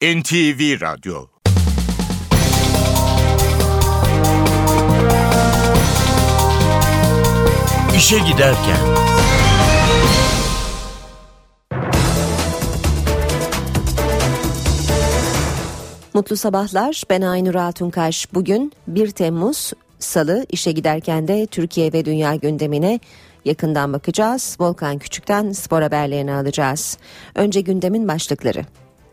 NTV Radyo. İşe giderken. Mutlu sabahlar. Ben Aynur Altunkaş. Bugün 1 Temmuz Salı. İşe giderken de Türkiye ve dünya gündemine yakından bakacağız. Volkan Küçük'ten spor haberlerini alacağız. Önce gündemin başlıkları.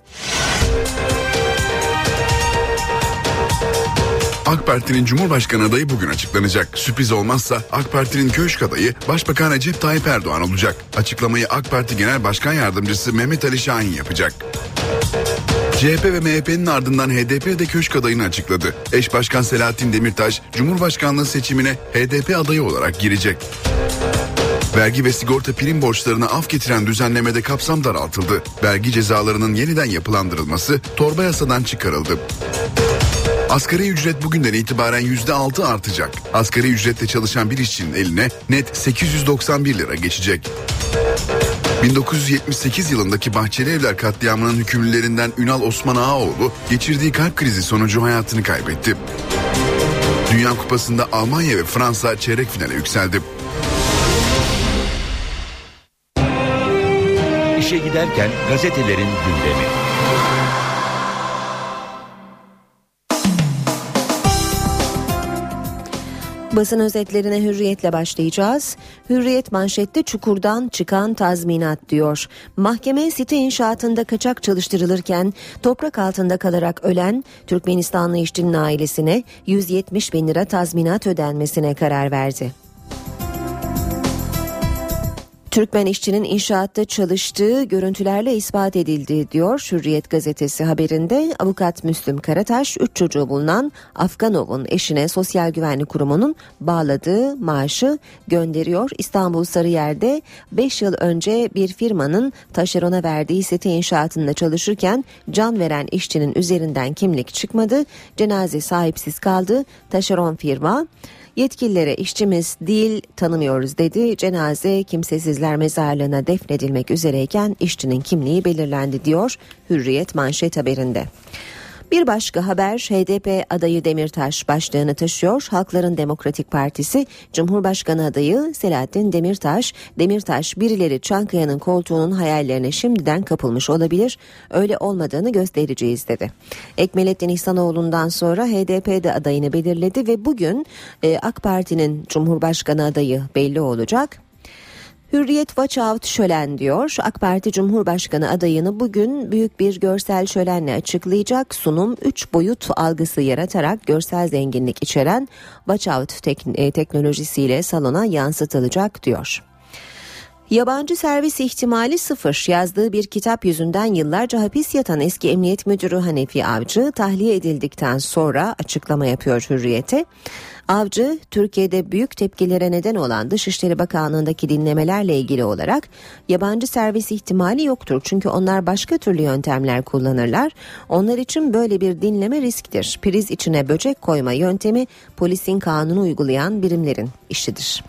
AK Parti'nin Cumhurbaşkanı adayı bugün açıklanacak. Sürpriz olmazsa AK Parti'nin köşk adayı Başbakan Recep Tayyip Erdoğan olacak. Açıklamayı AK Parti Genel Başkan Yardımcısı Mehmet Ali Şahin yapacak. CHP ve MHP'nin ardından HDP de köşk adayını açıkladı. Eş Başkan Selahattin Demirtaş, Cumhurbaşkanlığı seçimine HDP adayı olarak girecek. Vergi ve sigorta prim borçlarına af getiren düzenlemede kapsam daraltıldı. Vergi cezalarının yeniden yapılandırılması torba yasadan çıkarıldı. Asgari ücret bugünden itibaren %6 artacak. Asgari ücretle çalışan bir işçinin eline net 891 lira geçecek. 1978 yılındaki Bahçeli Evler katliamının hükümlülerinden Ünal Osman Ağaoğlu geçirdiği kalp krizi sonucu hayatını kaybetti. Dünya Kupası'nda Almanya ve Fransa çeyrek finale yükseldi. İşe giderken gazetelerin gündemi. Basın özetlerine Hürriyet'le başlayacağız. Hürriyet manşette çukurdan çıkan tazminat diyor. Mahkeme site inşaatında kaçak çalıştırılırken toprak altında kalarak ölen Türkmenistanlı işçinin ailesine 170 bin lira tazminat ödenmesine karar verdi. Türkmen işçinin inşaatta çalıştığı görüntülerle ispat edildi diyor Hürriyet gazetesi haberinde. Avukat Müslüm Karataş 3 çocuğu bulunan Afganov'un eşine Sosyal Güvenlik Kurumu'nun bağladığı maaşı gönderiyor. İstanbul Sarıyer'de 5 yıl önce bir firmanın taşerona verdiği site inşaatında çalışırken can veren işçinin üzerinden kimlik çıkmadı. Cenaze sahipsiz kaldı. Taşeron firma yetkililere işçimiz değil tanımıyoruz dedi. Cenaze kimsesizler mezarlığına defnedilmek üzereyken işçinin kimliği belirlendi diyor Hürriyet manşet haberinde. Bir başka haber HDP adayı Demirtaş başlığını taşıyor. Halkların Demokratik Partisi Cumhurbaşkanı adayı Selahattin Demirtaş birileri Çankaya'nın koltuğunun hayallerine şimdiden kapılmış olabilir. Öyle olmadığını göstereceğiz dedi. Ekmelettin İhsanoğlu'ndan sonra HDP de adayını belirledi ve bugün AK Parti'nin Cumhurbaşkanı adayı belli olacak. Hürriyet Watch Out şölen diyor. AK Parti Cumhurbaşkanı adayını bugün büyük bir görsel şölenle açıklayacak. Sunum 3 boyut algısı yaratarak görsel zenginlik içeren Watch Out teknolojisiyle salona yansıtılacak diyor. Yabancı servis ihtimali 0 yazdığı bir kitap yüzünden yıllarca hapis yatan eski emniyet müdürü Hanefi Avcı tahliye edildikten sonra açıklama yapıyor Hürriyet'e. Avcı, Türkiye'de büyük tepkilere neden olan Dışişleri Bakanlığı'ndaki dinlemelerle ilgili olarak yabancı servis ihtimali yoktur. Çünkü onlar başka türlü yöntemler kullanırlar. Onlar için böyle bir dinleme risktir. Priz içine böcek koyma yöntemi polisin kanunu uygulayan birimlerin işidir.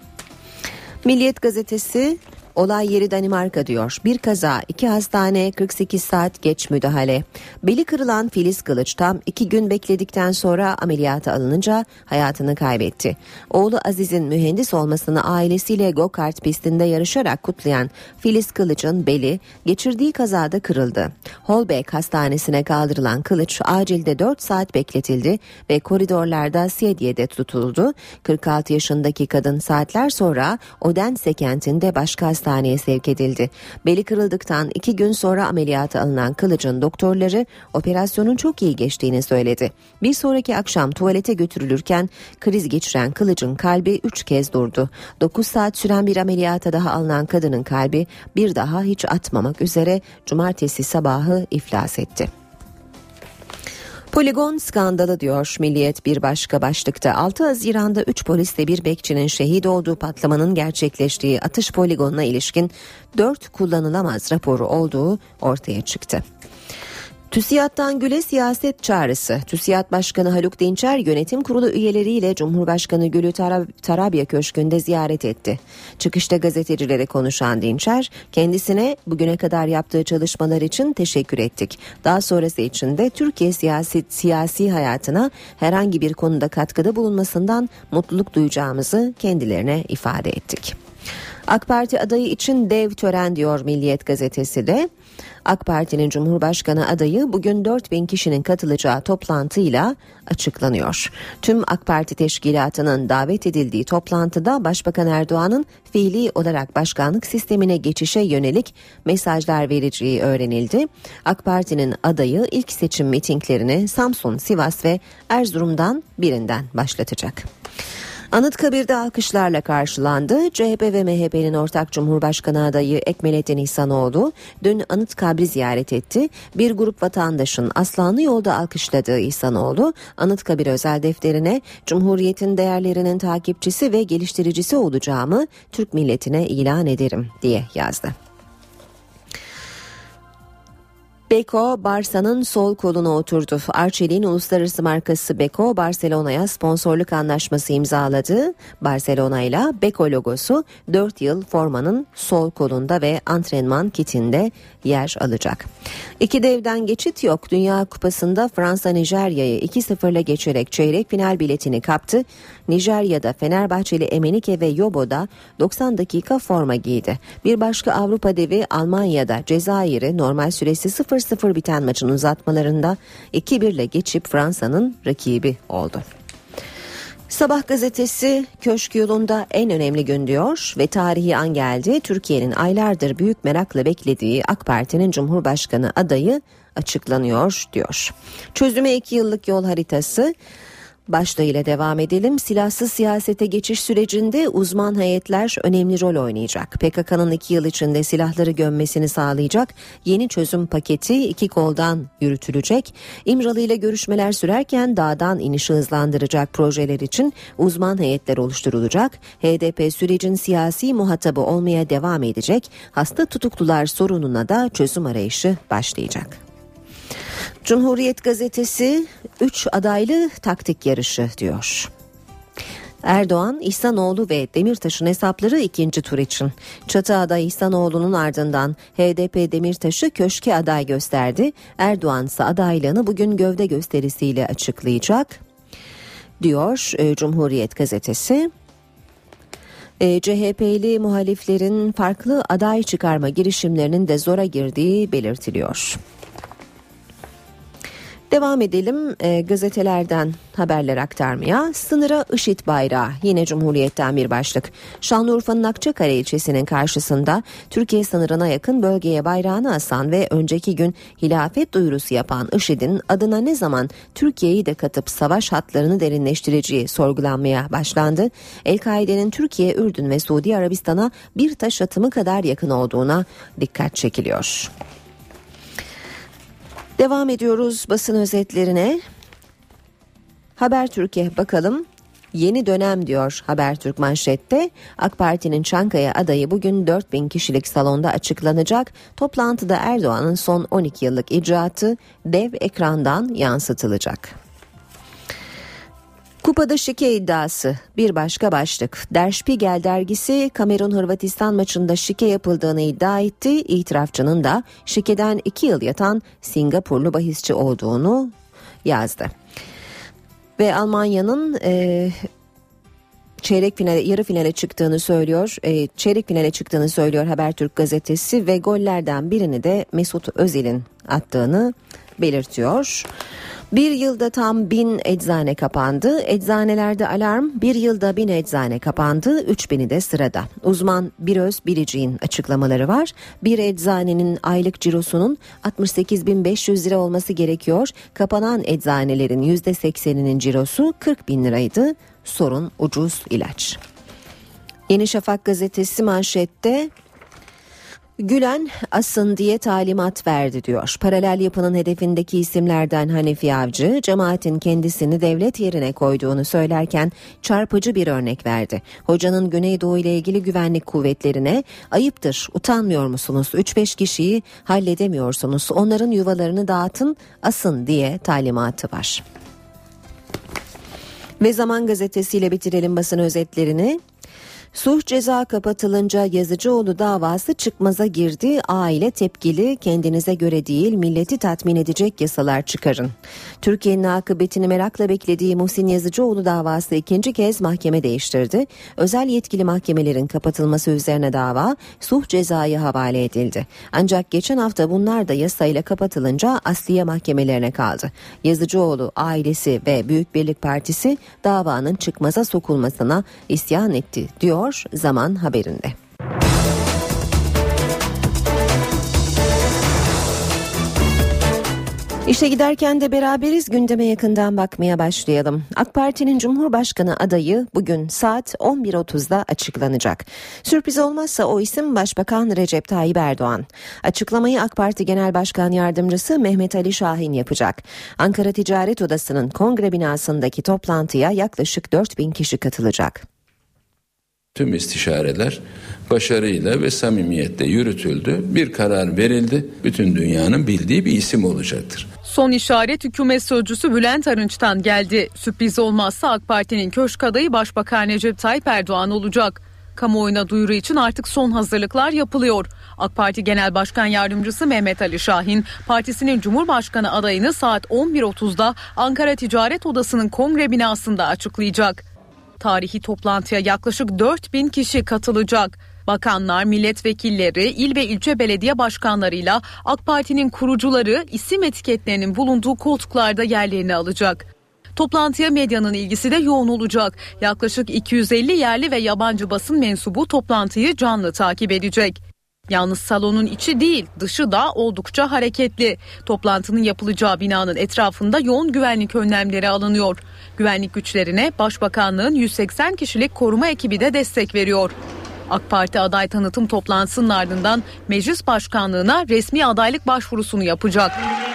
Milliyet gazetesi olay yeri Danimarka diyor. Bir kaza, 2 hastane, 48 saat geç müdahale. Beli kırılan Filiz Kılıç tam 2 gün bekledikten sonra ameliyata alınınca hayatını kaybetti. Oğlu Aziz'in mühendis olmasını ailesiyle go-kart pistinde yarışarak kutlayan Filiz Kılıç'ın beli geçirdiği kazada kırıldı. Holbek Hastanesi'ne kaldırılan Kılıç acilde 4 saat bekletildi ve koridorlarda sedyede tutuldu. 46 yaşındaki kadın saatler sonra Odense kentinde başka hastaneye sevk edildi. Beli kırıldıktan 2 gün sonra ameliyata alınan Kılıç'ın doktorları operasyonun çok iyi geçtiğini söyledi. Bir sonraki akşam tuvalete götürülürken kriz geçiren Kılıç'ın kalbi 3 kez durdu. 9 saat süren bir ameliyata daha alınan kadının kalbi bir daha hiç atmamak üzere cumartesi sabahı iflas etti. Poligon skandalı diyor Milliyet bir başka başlıkta. 6 Haziran'da 3 polisle bir bekçinin şehit olduğu patlamanın gerçekleştiği atış poligonuna ilişkin 4 kullanılamaz raporu olduğu ortaya çıktı. TÜSİAD'dan Gül'e siyaset çağrısı. TÜSİAD Başkanı Haluk Dinçer yönetim kurulu üyeleriyle Cumhurbaşkanı Gül'ü Tarabya Köşkü'nde ziyaret etti. Çıkışta gazetecilere konuşan Dinçer, kendisine bugüne kadar yaptığı çalışmalar için teşekkür ettik. Daha sonrası için de Türkiye siyasi hayatına herhangi bir konuda katkıda bulunmasından mutluluk duyacağımızı kendilerine ifade ettik. AK Parti adayı için dev tören diyor Milliyet gazetesi de. AK Parti'nin Cumhurbaşkanı adayı bugün 4000 kişinin katılacağı toplantıyla açıklanıyor. Tüm AK Parti teşkilatının davet edildiği toplantıda Başbakan Erdoğan'ın fiili olarak başkanlık sistemine geçişe yönelik mesajlar vereceği öğrenildi. AK Parti'nin adayı ilk seçim mitinglerini Samsun, Sivas ve Erzurum'dan birinden başlatacak. Anıtkabir'de alkışlarla karşılandı. CHP ve MHP'nin ortak Cumhurbaşkanı adayı Ekmelettin İhsanoğlu dün Anıtkabir'i ziyaret etti. Bir grup vatandaşın Aslanlı yolda alkışladığı İhsanoğlu, Anıtkabir özel defterine Cumhuriyet'in değerlerinin takipçisi ve geliştiricisi olacağımı Türk milletine ilan ederim diye yazdı. Beko, Barça'nın sol koluna oturdu. Arçelik'in uluslararası markası Beko, Barcelona'ya sponsorluk anlaşması imzaladı. Barcelona ile Beko logosu 4 yıl formanın sol kolunda ve antrenman kitinde yer alacak. İki devden geçit yok. Dünya Kupası'nda Fransa Nijerya'yı 2-0'la geçerek çeyrek final biletini kaptı. Nijerya'da Fenerbahçeli Emenike ve Yobo da 90 dakika forma giydi. Bir başka Avrupa devi Almanya'da Cezayir'i normal süresi 0-0 biten maçın uzatmalarında 2-1'le geçip Fransa'nın rakibi oldu. Sabah gazetesi köşk yolunda en önemli gün diyor ve tarihi an geldi. Türkiye'nin aylardır büyük merakla beklediği AK Parti'nin Cumhurbaşkanı adayı açıklanıyor diyor. Çözüme 2 yıllık yol haritası. Başlığıyla devam edelim. Silahsız siyasete geçiş sürecinde uzman heyetler önemli rol oynayacak. PKK'nın 2 yıl içinde silahları gömmesini sağlayacak yeni çözüm paketi 2 koldan yürütülecek. İmralı ile görüşmeler sürerken dağdan inişi hızlandıracak projeler için uzman heyetler oluşturulacak. HDP sürecin siyasi muhatabı olmaya devam edecek. Hasta tutuklular sorununa da çözüm arayışı başlayacak. Cumhuriyet gazetesi 3 adaylı taktik yarışı diyor. Erdoğan, İhsanoğlu ve Demirtaş'ın hesapları ikinci tur için. Çatı aday İhsanoğlu'nun ardından HDP Demirtaş'ı köşke aday gösterdi. Erdoğan ise adaylığını bugün gövde gösterisiyle açıklayacak diyor Cumhuriyet gazetesi. CHP'li muhaliflerin farklı aday çıkarma girişimlerinin de zora girdiği belirtiliyor. Devam edelim gazetelerden haberler aktarmaya. Sınıra IŞİD bayrağı, yine Cumhuriyet'ten bir başlık. Şanlıurfa'nın Akçakale ilçesinin karşısında Türkiye sınırına yakın bölgeye bayrağını asan ve önceki gün hilafet duyurusu yapan IŞİD'in adına ne zaman Türkiye'yi de katıp savaş hatlarını derinleştireceği sorgulanmaya başlandı. El-Kaide'nin Türkiye, Ürdün ve Suudi Arabistan'a bir taş atımı kadar yakın olduğuna dikkat çekiliyor. Devam ediyoruz basın özetlerine. Habertürk'e bakalım. Yeni dönem diyor Habertürk manşette. AK Parti'nin Çankaya adayı bugün 4000 kişilik salonda açıklanacak. Toplantıda Erdoğan'ın son 12 yıllık icraatı dev ekrandan yansıtılacak. Kupada şike iddiası bir başka başlık. Der Spiegel dergisi Kamerun-Hırvatistan maçında şike yapıldığını iddia etti. İtirafçının da şikeden 2 yıl yatan Singapurlu bahisçi olduğunu yazdı. Ve Almanya'nın yarı finale çıktığını söylüyor. Çeyrek finale çıktığını söylüyor Habertürk gazetesi ve gollerden birini de Mesut Özil'in attığını belirtiyor. Bir yılda tam 1000 eczane kapandı. Eczanelerde alarm, bir yılda 1000 eczane kapandı. 3000'i de sırada. Uzman Biröz Biricik'in açıklamaları var. Bir eczanenin aylık cirosunun 68.500 lira olması gerekiyor. Kapanan eczanelerin %80'inin cirosu 40.000 liraydı. Sorun ucuz ilaç. Yeni Şafak gazetesi manşette. Gülen asın diye talimat verdi diyor. Paralel yapının hedefindeki isimlerden Hanefi Avcı, cemaatin kendisini devlet yerine koyduğunu söylerken çarpıcı bir örnek verdi. Hocanın Güneydoğu ile ilgili güvenlik kuvvetlerine ayıptır, utanmıyor musunuz? 3-5 kişiyi halledemiyorsunuz. Onların yuvalarını dağıtın, asın diye talimatı var. Ve Zaman gazetesiyle bitirelim basın özetlerini. Sulh ceza kapatılınca Yazıcıoğlu davası çıkmaza girdi. Aile tepkili, kendinize göre değil milleti tatmin edecek yasalar çıkarın. Türkiye'nin akıbetini merakla beklediği Muhsin Yazıcıoğlu davası ikinci kez mahkeme değiştirdi. Özel yetkili mahkemelerin kapatılması üzerine dava sulh cezaya havale edildi. Ancak geçen hafta bunlar da yasayla kapatılınca asliye mahkemelerine kaldı. Yazıcıoğlu ailesi ve Büyük Birlik Partisi davanın çıkmaza sokulmasına isyan etti diyor Zaman haberinde. İşe giderken de beraberiz, gündeme yakından bakmaya başlayalım. AK Parti'nin Cumhurbaşkanı adayı bugün saat 11.30'da açıklanacak. Sürpriz olmazsa o isim Başbakan Recep Tayyip Erdoğan. Açıklamayı AK Parti Genel Başkan Yardımcısı Mehmet Ali Şahin yapacak. Ankara Ticaret Odası'nın kongre binasındaki toplantıya yaklaşık 4.000 kişi katılacak. Tüm istişareler başarıyla ve samimiyetle yürütüldü. Bir karar verildi. Bütün dünyanın bildiği bir isim olacaktır. Son işaret hükümet sözcüsü Bülent Arınç'tan geldi. Sürpriz olmazsa AK Parti'nin köşk adayı Başbakan Recep Tayyip Erdoğan olacak. Kamuoyuna duyuru için artık son hazırlıklar yapılıyor. AK Parti Genel Başkan Yardımcısı Mehmet Ali Şahin, partisinin Cumhurbaşkanı adayını saat 11.30'da Ankara Ticaret Odası'nın kongre binasında açıklayacak. Tarihi toplantıya yaklaşık 4.000 kişi katılacak. Bakanlar, milletvekilleri, il ve ilçe belediye başkanlarıyla AK Parti'nin kurucuları isim etiketlerinin bulunduğu koltuklarda yerlerini alacak. Toplantıya medyanın ilgisi de yoğun olacak. Yaklaşık 250 yerli ve yabancı basın mensubu toplantıyı canlı takip edecek. Yalnız salonun içi değil, dışı da oldukça hareketli. Toplantının yapılacağı binanın etrafında yoğun güvenlik önlemleri alınıyor. Güvenlik güçlerine Başbakanlığın 180 kişilik koruma ekibi de destek veriyor. AK Parti aday tanıtım toplantısının ardından meclis başkanlığına resmi adaylık başvurusunu yapacak.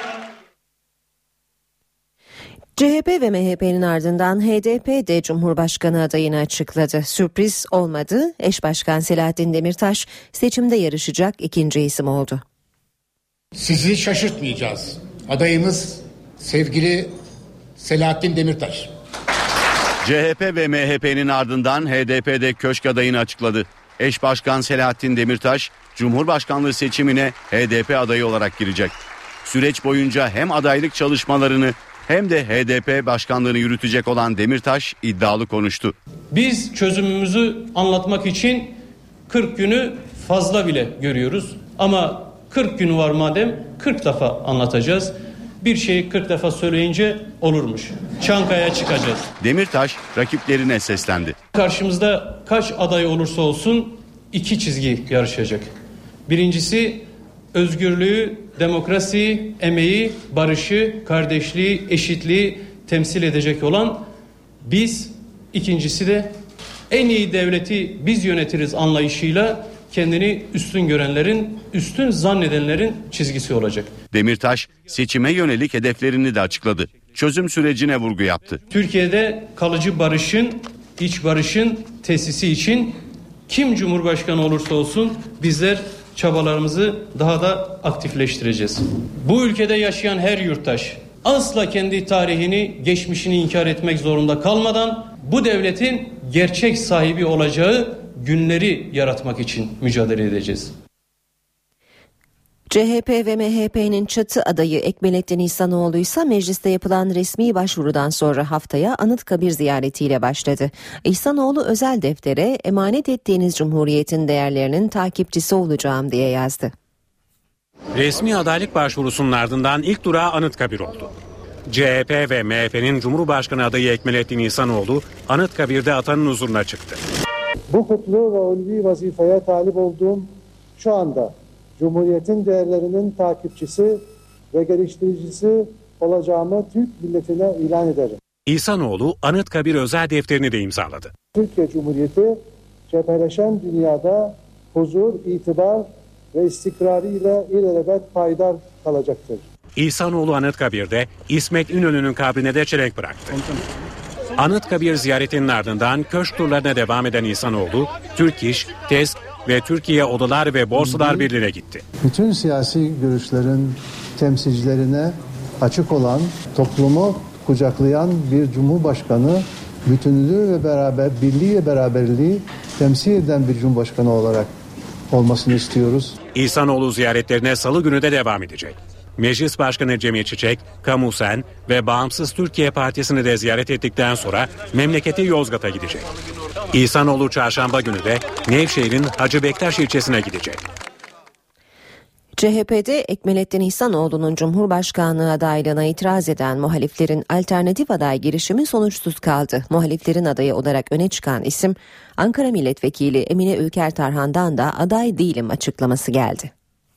CHP ve MHP'nin ardından HDP de Cumhurbaşkanı adayını açıkladı. Sürpriz olmadı. Eş Başkan Selahattin Demirtaş seçimde yarışacak ikinci isim oldu. Sizi şaşırtmayacağız. Adayımız sevgili Selahattin Demirtaş. CHP ve MHP'nin ardından HDP de köşk adayını açıkladı. Eş Başkan Selahattin Demirtaş Cumhurbaşkanlığı seçimine HDP adayı olarak girecek. Süreç boyunca hem adaylık çalışmalarını hem de HDP başkanlığını yürütecek olan Demirtaş iddialı konuştu. Biz çözümümüzü anlatmak için 40 günü fazla bile görüyoruz. Ama 40 günü var madem 40 defa anlatacağız. Bir şeyi 40 defa söyleyince olurmuş. Çankaya çıkacağız. Demirtaş rakiplerine seslendi. Karşımızda kaç aday olursa olsun iki çizgi yarışacak. Birincisi özgürlüğü, demokrasiyi, emeği, barışı, kardeşliği, eşitliği temsil edecek olan biz. İkincisi de en iyi devleti biz yönetiriz anlayışıyla kendini üstün görenlerin, üstün zannedenlerin çizgisi olacak. Demirtaş seçime yönelik hedeflerini de açıkladı. Çözüm sürecine vurgu yaptı. Türkiye'de kalıcı barışın, iç barışın tesisi için kim Cumhurbaşkanı olursa olsun bizler çabalarımızı daha da aktifleştireceğiz. Bu ülkede yaşayan her yurttaş asla kendi tarihini, geçmişini inkar etmek zorunda kalmadan bu devletin gerçek sahibi olacağı günleri yaratmak için mücadele edeceğiz. CHP ve MHP'nin çatı adayı Ekmelettin İhsanoğlu ise mecliste yapılan resmi başvurudan sonra haftaya Anıtkabir ziyaretiyle başladı. İhsanoğlu özel deftere emanet ettiğiniz Cumhuriyet'in değerlerinin takipçisi olacağım diye yazdı. Resmi adaylık başvurusunun ardından ilk durağı Anıtkabir oldu. CHP ve MHP'nin Cumhurbaşkanı adayı Ekmelettin İhsanoğlu Anıtkabir'de atanın huzuruna çıktı. Bu kutlu ve ulvi vazifeye talip olduğum şu anda Cumhuriyet'in değerlerinin takipçisi ve geliştiricisi olacağımı Türk milletine ilan ederim. İhsanoğlu Anıtkabir özel defterini de imzaladı. Türkiye Cumhuriyeti cepheleşen dünyada huzur, itibar ve istikrarı ile ilelebet payidar kalacaktır. İhsanoğlu Anıtkabir'de İsmet İnönü'nün kabrine de çelenk bıraktı. Anıtkabir ziyaretinin ardından köşk turlarına devam eden İhsanoğlu, Türk İş, TESK ve Türkiye Odalar ve Borsalar Birliği'ne gitti. Bütün siyasi görüşlerin temsilcilerine açık olan, toplumu kucaklayan bir cumhurbaşkanı, bütünlüğü ve birliği ve beraberliği temsil eden bir cumhurbaşkanı olarak olmasını istiyoruz. İhsanoğlu ziyaretlerine salı günü de devam edecek. Meclis Başkanı Cemil Çiçek, Kamu Sen ve Bağımsız Türkiye Partisi'ni de ziyaret ettikten sonra memleketi Yozgat'a gidecek. İhsanoğlu çarşamba günü de Nevşehir'in Hacı Bektaş ilçesine gidecek. CHP'de Ekmelettin İhsanoğlu'nun Cumhurbaşkanlığı adaylığına itiraz eden muhaliflerin alternatif aday girişimi sonuçsuz kaldı. Muhaliflerin adayı olarak öne çıkan isim Ankara Milletvekili Emine Ülker Tarhan'dan da aday değilim açıklaması geldi.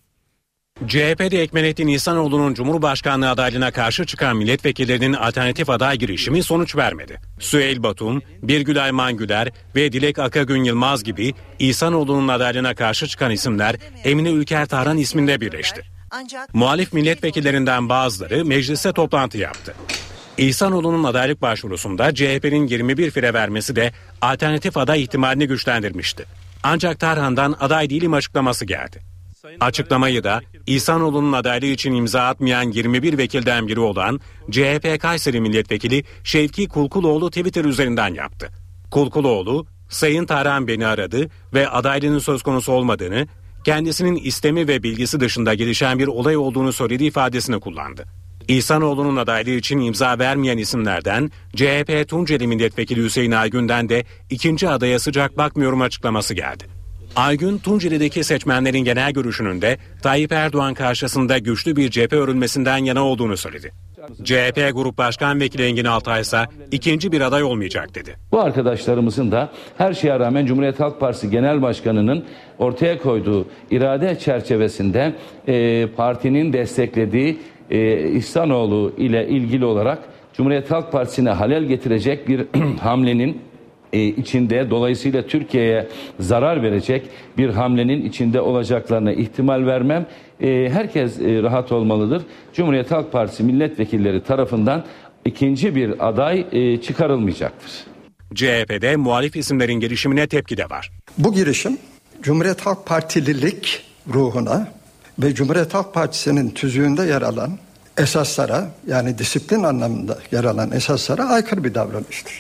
CHP'de Ekmelettin İhsanoğlu'nun Cumhurbaşkanlığı adaylığına karşı çıkan milletvekillerinin alternatif aday girişimi sonuç vermedi. Süheyl Batum, Birgül Ayman Güler ve Dilek Akagün Yılmaz gibi İhsanoğlu'nun adaylığına karşı çıkan isimler Emine Ülker Tarhan isminde birleşti. Muhalif milletvekillerinden bazıları mecliste toplantı yaptı. İhsanoğlu'nun adaylık başvurusunda CHP'nin 21 fire vermesi de alternatif aday ihtimalini güçlendirmişti. Ancak Tarhan'dan aday değilim açıklaması geldi. Açıklamayı da İhsanoğlu'nun adaylığı için imza atmayan 21 vekilden biri olan CHP Kayseri Milletvekili Şevki Kulkuloğlu Twitter üzerinden yaptı. Kulkuloğlu, Sayın Tarhan beni aradı ve adaylığının söz konusu olmadığını, kendisinin istemi ve bilgisi dışında gelişen bir olay olduğunu söylediği ifadesini kullandı. İhsanoğlu'nun adaylığı için imza vermeyen isimlerden CHP Tunceli Milletvekili Hüseyin Aygün'den de ikinci adaya sıcak bakmıyorum açıklaması geldi. Aygün, Tunceli'deki seçmenlerin genel görüşünün de Tayyip Erdoğan karşısında güçlü bir cephe örülmesinden yana olduğunu söyledi. CHP Grup Başkan Vekili Engin Altay ise ikinci bir aday olmayacak dedi. Bu arkadaşlarımızın da her şeye rağmen Cumhuriyet Halk Partisi Genel Başkanı'nın ortaya koyduğu irade çerçevesinde partinin desteklediği İhsanoğlu ile ilgili olarak Cumhuriyet Halk Partisi'ne halel getirecek bir hamlenin içinde, dolayısıyla Türkiye'ye zarar verecek bir hamlenin içinde olacaklarına ihtimal vermem. Herkes rahat olmalıdır. Cumhuriyet Halk Partisi milletvekilleri tarafından ikinci bir aday çıkarılmayacaktır. CHP'de muhalif isimlerin girişimine tepki de var. Bu girişim Cumhuriyet Halk Partililik ruhuna ve Cumhuriyet Halk Partisi'nin tüzüğünde yer alan esaslara, yani disiplin anlamında yer alan esaslara aykırı bir davranıştır.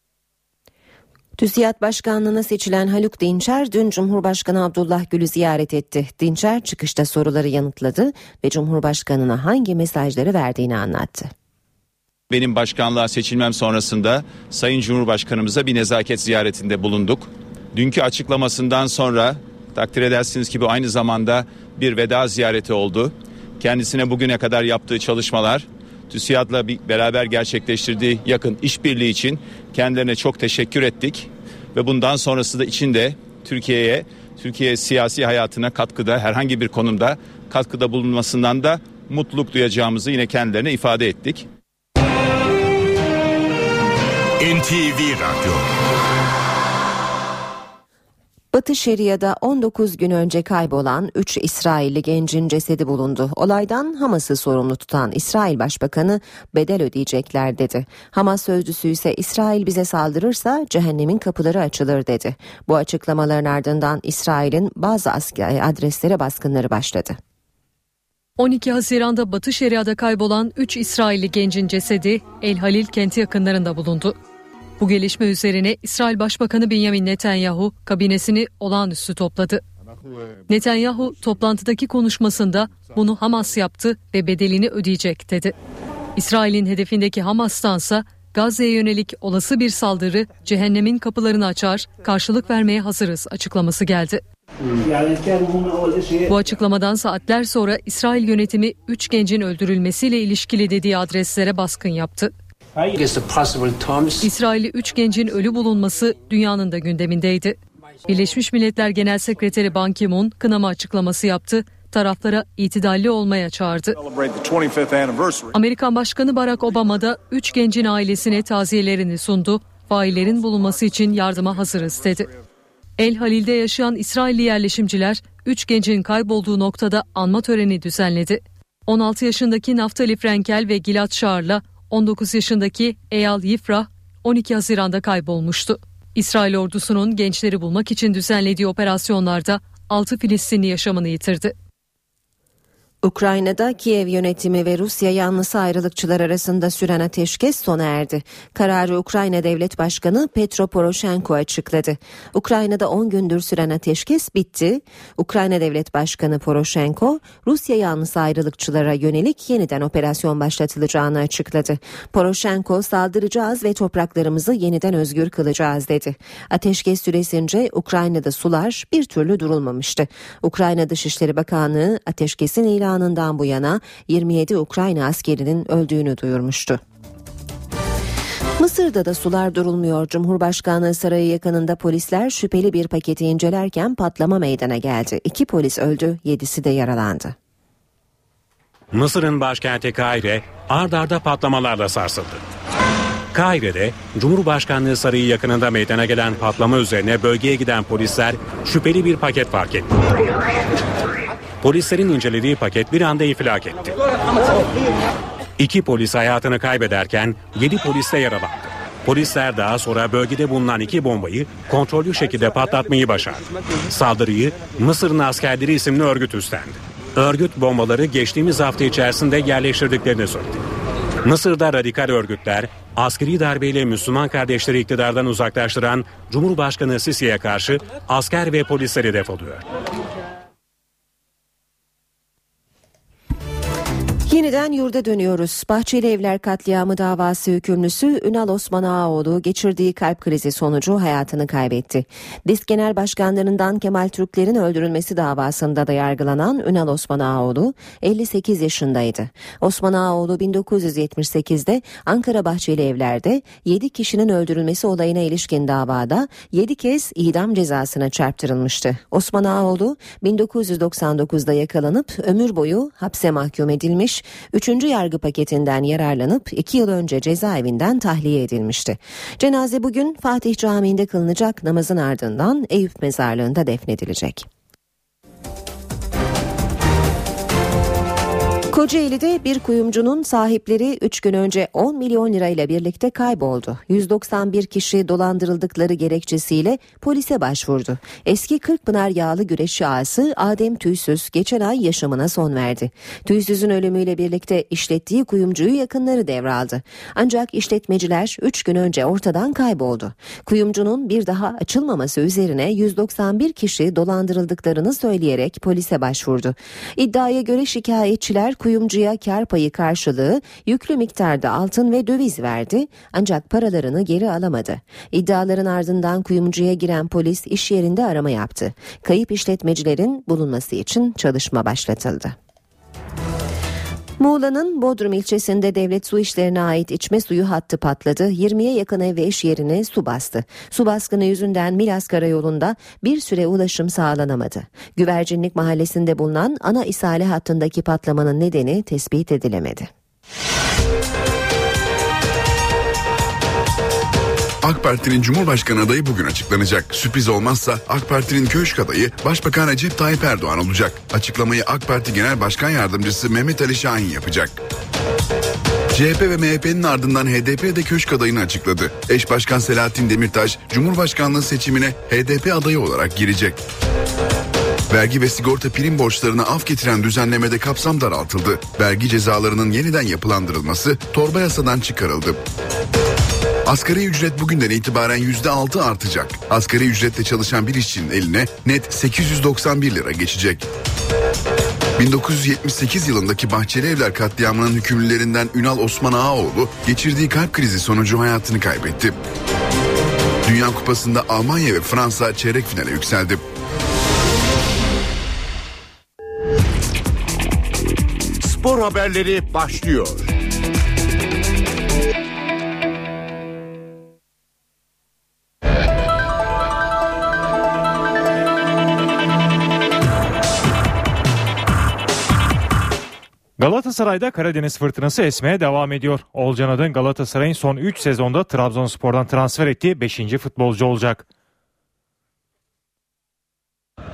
TÜSİAD Başkanlığı'na seçilen Haluk Dinçer dün Cumhurbaşkanı Abdullah Gül'ü ziyaret etti. Dinçer çıkışta soruları yanıtladı ve Cumhurbaşkanı'na hangi mesajları verdiğini anlattı. Benim başkanlığa seçilmem sonrasında Sayın Cumhurbaşkanımıza bir nezaket ziyaretinde bulunduk. Dünkü açıklamasından sonra takdir edersiniz ki bu aynı zamanda bir veda ziyareti oldu. Kendisine bugüne kadar yaptığı çalışmalar, TÜSİAD'la beraber gerçekleştirdiği yakın işbirliği için kendilerine çok teşekkür ettik. Ve bundan sonrası da içinde Türkiye siyasi hayatına katkıda, herhangi bir konumda katkıda bulunmasından da mutluluk duyacağımızı yine kendilerine ifade ettik. NTV Radyo. Batı Şeria'da 19 gün önce kaybolan 3 İsrailli gencin cesedi bulundu. Olaydan Hamas'ı sorumlu tutan İsrail Başbakanı bedel ödeyecekler dedi. Hamas sözcüsü ise İsrail bize saldırırsa cehennemin kapıları açılır dedi. Bu açıklamaların ardından İsrail'in bazı askeri adreslere baskınları başladı. 12 Haziran'da Batı Şeria'da kaybolan 3 İsrailli gencin cesedi El Halil kenti yakınlarında bulundu. Bu gelişme üzerine İsrail Başbakanı Benjamin Netanyahu kabinesini olağanüstü topladı. Netanyahu toplantıdaki konuşmasında bunu Hamas yaptı ve bedelini ödeyecek dedi. İsrail'in hedefindeki Hamas'tansa Gazze'ye yönelik olası bir saldırı cehennemin kapılarını açar, karşılık vermeye hazırız açıklaması geldi. Bu açıklamadan saatler sonra İsrail yönetimi 3 gencin öldürülmesiyle ilişkili dediği adreslere baskın yaptı. İsrailli 3 gencin ölü bulunması dünyanın da gündemindeydi. Birleşmiş Milletler Genel Sekreteri Ban Ki-moon kınama açıklaması yaptı, taraflara itidalli olmaya çağırdı. Amerikan Başkanı Barack Obama da 3 gencin ailesine taziyelerini sundu, faillerin bulunması için yardıma hazırız dedi. El Halil'de yaşayan İsrailli yerleşimciler 3 gencin kaybolduğu noktada anma töreni düzenledi. 16 yaşındaki Naftali Frenkel ve Gilad Şar'la 19 yaşındaki Eyal Yifrah 12 Haziran'da kaybolmuştu. İsrail ordusunun gençleri bulmak için düzenlediği operasyonlarda 6 Filistinli yaşamını yitirdi. Ukrayna'da Kiev yönetimi ve Rusya yanlısı ayrılıkçılar arasında süren ateşkes sona erdi. Kararı Ukrayna Devlet Başkanı Petro Poroshenko açıkladı. Ukrayna'da 10 gündür süren ateşkes bitti. Ukrayna Devlet Başkanı Poroshenko, Rusya yanlısı ayrılıkçılara yönelik yeniden operasyon başlatılacağını açıkladı. Poroshenko, saldıracağız ve topraklarımızı yeniden özgür kılacağız dedi. Ateşkes süresince Ukrayna'da sular bir türlü durulmamıştı. Ukrayna Dışişleri Bakanlığı ateşkesin ilanından bu yana 27 Ukrayna askerinin öldüğünü duyurmuştu. Mısır'da da sular durulmuyor. Cumhurbaşkanlığı Sarayı yakınında polisler şüpheli bir paketi incelerken patlama meydana geldi. 2 polis öldü, 7'si de yaralandı. Mısır'ın başkenti Kahire ard arda patlamalarla sarsıldı. Kahire'de Cumhurbaşkanlığı Sarayı yakınında meydana gelen patlama üzerine bölgeye giden polisler şüpheli bir paket fark etti. Polislerin incelediği paket bir anda infilak etti. 2 polis hayatını kaybederken 7 polis de yaralandı. Polisler daha sonra bölgede bulunan 2 bombayı kontrollü şekilde patlatmayı başardı. Saldırıyı Mısır'ın Askerleri isimli örgüt üstlendi. Örgüt bombaları geçtiğimiz hafta içerisinde yerleştirdiklerini söyledi. Mısır'da radikal örgütler askeri darbeyle Müslüman kardeşleri iktidardan uzaklaştıran Cumhurbaşkanı Sisi'ye karşı asker ve polisleri hedef alıyor. Yeniden yurda dönüyoruz. Bahçeli Evler katliamı davası hükümlüsü Ünal Osman Ağaoğlu geçirdiği kalp krizi sonucu hayatını kaybetti. DİSK Genel Başkanlarından Kemal Türkler'in öldürülmesi davasında da yargılanan Ünal Osman Ağaoğlu 58 yaşındaydı. Osman Ağaoğlu 1978'de Ankara Bahçeli Evler'de 7 kişinin öldürülmesi olayına ilişkin davada 7 kez idam cezasına çarptırılmıştı. Osman Ağaoğlu 1999'da yakalanıp ömür boyu hapse mahkum edilmiş, 3. yargı paketinden yararlanıp 2 yıl önce cezaevinden tahliye edilmişti. Cenaze bugün Fatih Camii'nde kılınacak, namazın ardından Eyüp Mezarlığı'nda defnedilecek. Kocaeli'de bir kuyumcunun sahipleri 3 gün önce 10 milyon lirayla birlikte kayboldu. 191 kişi dolandırıldıkları gerekçesiyle polise başvurdu. Eski Kırkpınar yağlı güreşçi ağası Adem Tüysüz geçen ay yaşamına son verdi. Tüysüz'ün ölümüyle birlikte işlettiği kuyumcuyu yakınları devraldı. Ancak işletmeciler 3 gün önce ortadan kayboldu. Kuyumcunun bir daha açılmaması üzerine 191 kişi dolandırıldıklarını söyleyerek polise başvurdu. İddiaya göre şikayetçiler kuyumcuya kar payı karşılığı yüklü miktarda altın ve döviz verdi, ancak paralarını geri alamadı. İddiaların ardından kuyumcuya giren polis iş yerinde arama yaptı. Kayıp işletmecilerin bulunması için çalışma başlatıldı. Muğla'nın Bodrum ilçesinde devlet su işlerine ait içme suyu hattı patladı. 20'ye yakın ev ve iş yerini su bastı. Su baskını yüzünden Milas Karayolu'nda bir süre ulaşım sağlanamadı. Güvercinlik Mahallesi'nde bulunan ana ishale hattındaki patlamanın nedeni tespit edilemedi. AK Parti'nin Cumhurbaşkanı adayı bugün açıklanacak. Sürpriz olmazsa AK Parti'nin köşk adayı Başbakan Recep Tayyip Erdoğan olacak. Açıklamayı AK Parti Genel Başkan Yardımcısı Mehmet Ali Şahin yapacak. CHP ve MHP'nin ardından HDP de köşk adayını açıkladı. Eş Başkan Selahattin Demirtaş, Cumhurbaşkanlığı seçimine HDP adayı olarak girecek. Vergi ve sigorta prim borçlarına af getiren düzenlemede kapsam daraltıldı. Vergi cezalarının yeniden yapılandırılması torba yasadan çıkarıldı. Asgari ücret bugünden itibaren %6 artacak. Asgari ücretle çalışan bir işçinin eline net 891 lira geçecek. 1978 yılındaki Bahçeli Evler katliamının hükümlülerinden Ünal Osman Ağaoğlu geçirdiği kalp krizi sonucu hayatını kaybetti. Dünya Kupası'nda Almanya ve Fransa çeyrek finale yükseldi. Spor haberleri başlıyor. Galatasaray'da Karadeniz fırtınası esmeye devam ediyor. Oğulcan Adın Galatasaray'ın son 3 sezonda Trabzonspor'dan transfer ettiği 5. futbolcu olacak.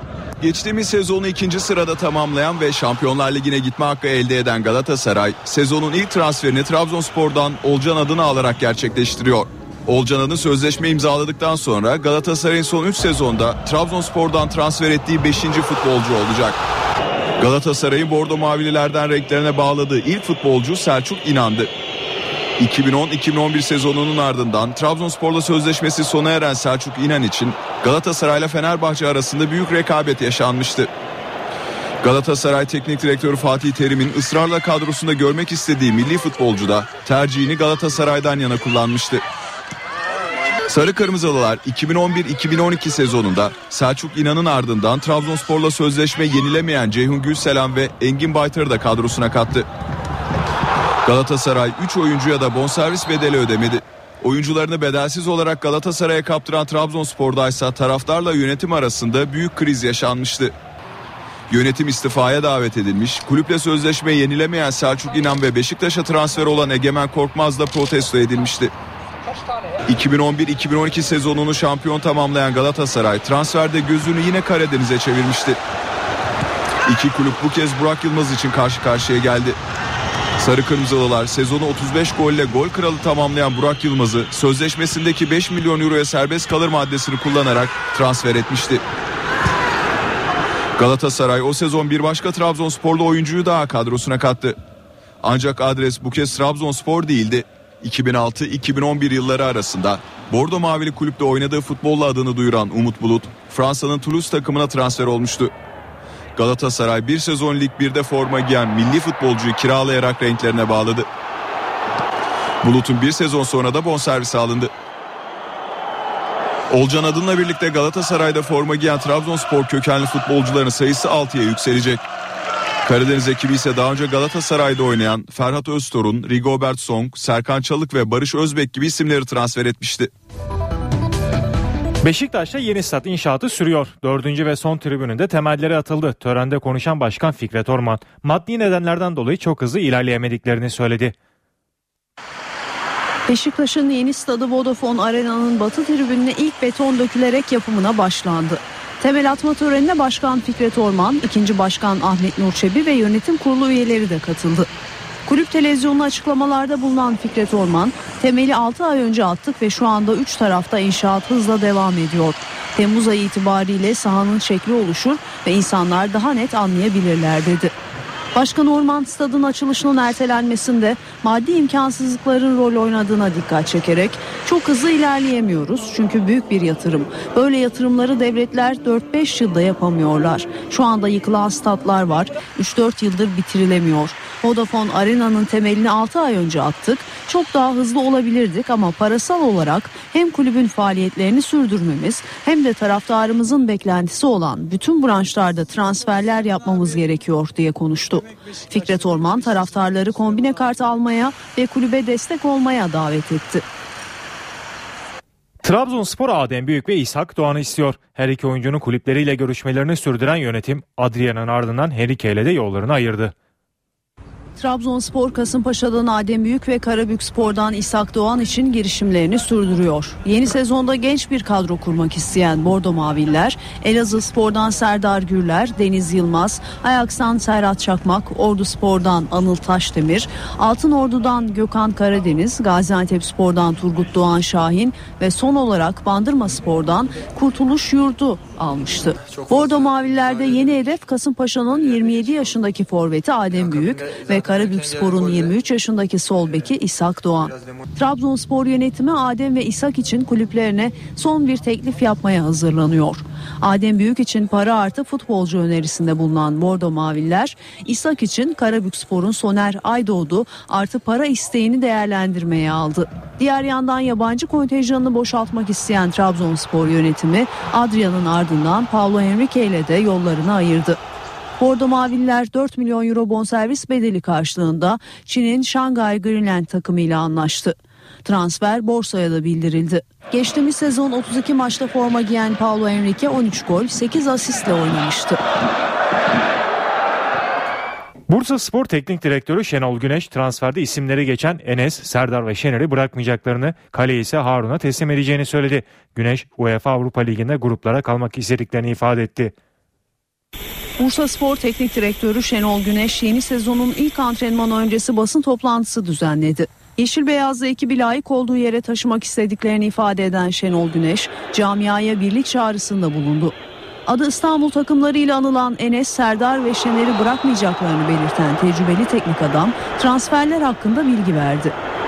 Geçtiğimiz sezonu 2. sırada tamamlayan ve Şampiyonlar Ligi'ne gitme hakkı elde eden Galatasaray, sezonun ilk transferini Trabzonspor'dan Olcan adını alarak gerçekleştiriyor. Olcan Adın sözleşme imzaladıktan sonra Galatasaray'ın son 3 sezonda Trabzonspor'dan transfer ettiği 5. futbolcu olacak. Galatasaray'ın Bordo Mavililerden renklerine bağladığı ilk futbolcu Selçuk İnan'dı. 2010-2011 sezonunun ardından Trabzonspor'la sözleşmesi sona eren Selçuk İnan için Galatasaray'la Fenerbahçe arasında büyük rekabet yaşanmıştı. Galatasaray Teknik Direktörü Fatih Terim'in ısrarla kadrosunda görmek istediği milli futbolcu da tercihini Galatasaray'dan yana kullanmıştı. Sarı Kırmızılılar 2011-2012 sezonunda Selçuk İnan'ın ardından Trabzonspor'la sözleşme yenilemeyen Ceyhun Gülselam ve Engin Baytar'ı da kadrosuna kattı. Galatasaray 3 oyuncuya da bonservis bedeli ödemedi. Oyuncularını bedelsiz olarak Galatasaray'a kaptıran Trabzonspor'da ise taraftarla yönetim arasında büyük kriz yaşanmıştı. Yönetim istifaya davet edilmiş, kulüple sözleşme yenilemeyen Selçuk İnan ve Beşiktaş'a transfer olan Egemen Korkmaz da protesto edilmişti. 2011-2012 sezonunu şampiyon tamamlayan Galatasaray transferde gözünü yine Karadeniz'e çevirmişti. İki kulüp bu kez Burak Yılmaz için karşı karşıya geldi. Sarı Kırmızılılar sezonu 35 golle gol kralı tamamlayan Burak Yılmaz'ı sözleşmesindeki 5 milyon euroya serbest kalır maddesini kullanarak transfer etmişti. Galatasaray o sezon bir başka Trabzonsporlu oyuncuyu daha kadrosuna kattı. Ancak adres bu kez Trabzonspor değildi. 2006-2011 yılları arasında Bordo Mavili kulüpte oynadığı futbolla adını duyuran Umut Bulut, Fransa'nın Toulouse takımına transfer olmuştu. Galatasaray bir sezon Lig 1'de forma giyen milli futbolcuyu kiralayarak renklerine bağladı. Bulut'un bir sezon sonra da bonservisi alındı. Olcan Adın'la birlikte Galatasaray'da forma giyen Trabzonspor kökenli futbolcuların sayısı 6'ya yükselecek. Karadeniz ekibi ise daha önce Galatasaray'da oynayan Ferhat Öztorun, Rigobert Song, Serkan Çalık ve Barış Özbek gibi isimleri transfer etmişti. Beşiktaş'ta yeni stat inşaatı sürüyor. 4. ve son tribününde temelleri atıldı. Törende konuşan Başkan Fikret Orman, maddi nedenlerden dolayı çok hızlı ilerleyemediklerini söyledi. Beşiktaş'ın yeni stadı Vodafone Arena'nın batı tribününe ilk beton dökülerek yapımına başlandı. Temel atma törenine Başkan Fikret Orman, 2. Başkan Ahmet Nur Çebi ve yönetim kurulu üyeleri de katıldı. Kulüp televizyonlu açıklamalarda bulunan Fikret Orman, temeli 6 ay önce attık ve şu anda 3 tarafta inşaat hızla devam ediyor. Temmuz ayı itibariyle sahanın şekli oluşur ve insanlar daha net anlayabilirler dedi. Başkan Orman stadın açılışının ertelenmesinde maddi imkansızlıkların rol oynadığına dikkat çekerek çok hızlı ilerleyemiyoruz çünkü büyük bir yatırım. Böyle yatırımları devletler 4-5 yılda yapamıyorlar. Şu anda yıkılan statlar var, 3-4 yıldır bitirilemiyor. Vodafone Arena'nın temelini 6 ay önce attık. Çok daha hızlı olabilirdik ama parasal olarak hem kulübün faaliyetlerini sürdürmemiz hem de taraftarımızın beklentisi olan bütün branşlarda transferler yapmamız gerekiyor diye konuştu. Fikret Orman taraftarları kombine kart almaya ve kulübe destek olmaya davet etti. Trabzonspor Adem Büyük ve İshak Doğan'ı istiyor. Her iki oyuncunun kulüpleriyle görüşmelerini sürdüren yönetim Adrian'ın ardından Henrique ile de yollarını ayırdı. Trabzonspor Kasımpaşa'dan Adem Büyük ve Karabükspor'dan İshak Doğan için girişimlerini sürdürüyor. Yeni sezonda genç bir kadro kurmak isteyen Bordo Maviller, Elazığspor'dan Serdar Gürler, Deniz Yılmaz, Ajax'tan Serhat Çakmak, Orduspor'dan Anıl Taşdemir, Altınordu'dan Gökhan Karadeniz, Gaziantepspor'dan Turgut Doğan Şahin ve son olarak Bandırmaspor'dan Kurtuluş Yurdu almıştı. Bordo Mavillerde yeni hedef Kasımpaşa'nın 27 yaşındaki forveti Adem Büyük ve Karabükspor'un 23 yaşındaki sol beki İshak Doğan. Trabzonspor yönetimi Adem ve İshak için kulüplerine son bir teklif yapmaya hazırlanıyor. Adem Büyük için para artı futbolcu önerisinde bulunan Bordo Maviller, İshak için Karabükspor'un Soner Aydoğdu artı para isteğini değerlendirmeye aldı. Diğer yandan yabancı kontenjanını boşaltmak isteyen Trabzonspor yönetimi Adrian'ın ardından Paulo Henrique ile de yollarını ayırdı. Bordo Maviller 4 milyon euro bonservis bedeli karşılığında Çin'in Shanghai Greenland takımıyla anlaştı. Transfer borsaya da bildirildi. Geçtiğimiz sezon 32 maçta forma giyen Paulo Henrique 13 gol 8 asistle oynamıştı. Bursaspor Teknik Direktörü Şenol Güneş transferde isimleri geçen Enes, Serdar ve Şener'i bırakmayacaklarını, kaleyi ise Harun'a teslim edeceğini söyledi. Güneş, UEFA Avrupa Ligi'nde gruplara kalmak istediklerini ifade etti. Bursaspor Teknik Direktörü Şenol Güneş yeni sezonun ilk antrenmanı öncesi basın toplantısı düzenledi. Yeşil Beyazlı ekibi layık olduğu yere taşımak istediklerini ifade eden Şenol Güneş, camiaya birlik çağrısında bulundu. Adı İstanbul takımlarıyla anılan Enes, Serdar ve Şener'i bırakmayacaklarını belirten tecrübeli teknik adam transferler hakkında bilgi verdi.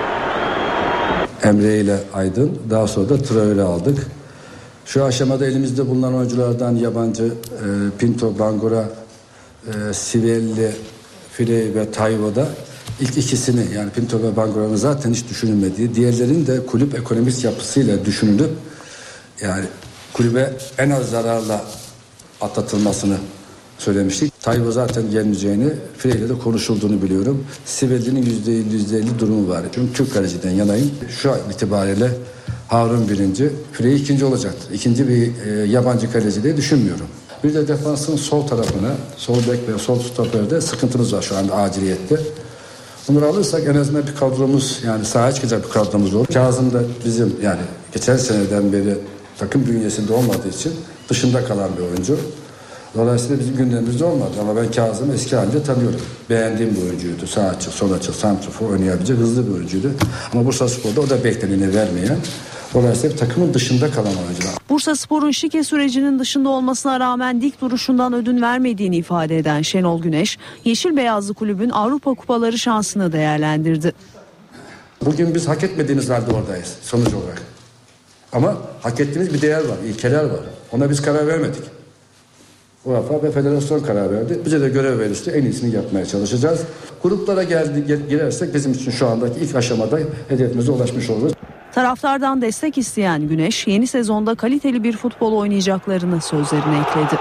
Emre ile Aydın, daha sonra da Traore aldık. Şu aşamada elimizde bulunan oyunculardan yabancı Pinto, Bangura, Sivelli, Frey ve Tayvo'da ilk ikisini, yani Pinto ve Bangura'nın zaten hiç düşünülmediği, diğerlerinin de kulüp ekonomik yapısıyla düşünülüp yani kulübe en az zararla atlatılmasını söylemiştik. Tayvo zaten gelmeyeceğini, Frey'le de konuşulduğunu biliyorum. Sivelli'nin %50 durumu var. Çünkü Türk kaleciden yanayım. Şu an itibariyle Harun birinci, Frey ikinci olacaktır. İkinci bir yabancı kaleci diye düşünmüyorum. Bir de defansın sol tarafına, sol bek ve sol stoperde sıkıntımız var şu anda aciliyette. Bunları alırsak en azından bir kadromuz, yani sahaya çıkacak bir kadromuz olur. Kazım da bizim yani geçen seneden beri takım bünyesinde olmadığı için dışında kalan bir oyuncu. Dolayısıyla bizim gündemimizde olmadı ama ben Kazım'ı eski halde tanıyorum. Beğendiğim bir oyuncuydu. Sağ açık, sol açık, santrafor oynayabilecek hızlı bir oyuncuydu. Ama Bursaspor'da o da bekleneni vermeyen, dolayısıyla takımın dışında kalan oyuncular. Bursaspor'un şike sürecinin dışında olmasına rağmen dik duruşundan ödün vermediğini ifade eden Şenol Güneş, Yeşil Beyazlı kulübün Avrupa Kupaları şansını değerlendirdi. Bugün biz hak etmediğimiz halde oradayız sonuç olarak. Ama hak ettiğimiz bir değer var, ilkeler var. Ona biz karar vermedik. UEFA ve federasyon karar verdi. Bize de görev verirse en iyisini yapmaya çalışacağız. Gruplara girersek bizim için şu andaki ilk aşamada hedefimize ulaşmış oluruz. Taraftardan destek isteyen Güneş, yeni sezonda kaliteli bir futbol oynayacaklarını sözlerine ekledi.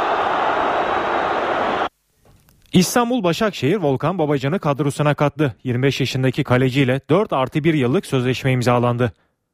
İstanbul Başakşehir Volkan Babacan'ı kadrosuna kattı. 25 yaşındaki kaleciyle 4+1 yıllık sözleşme imzalandı.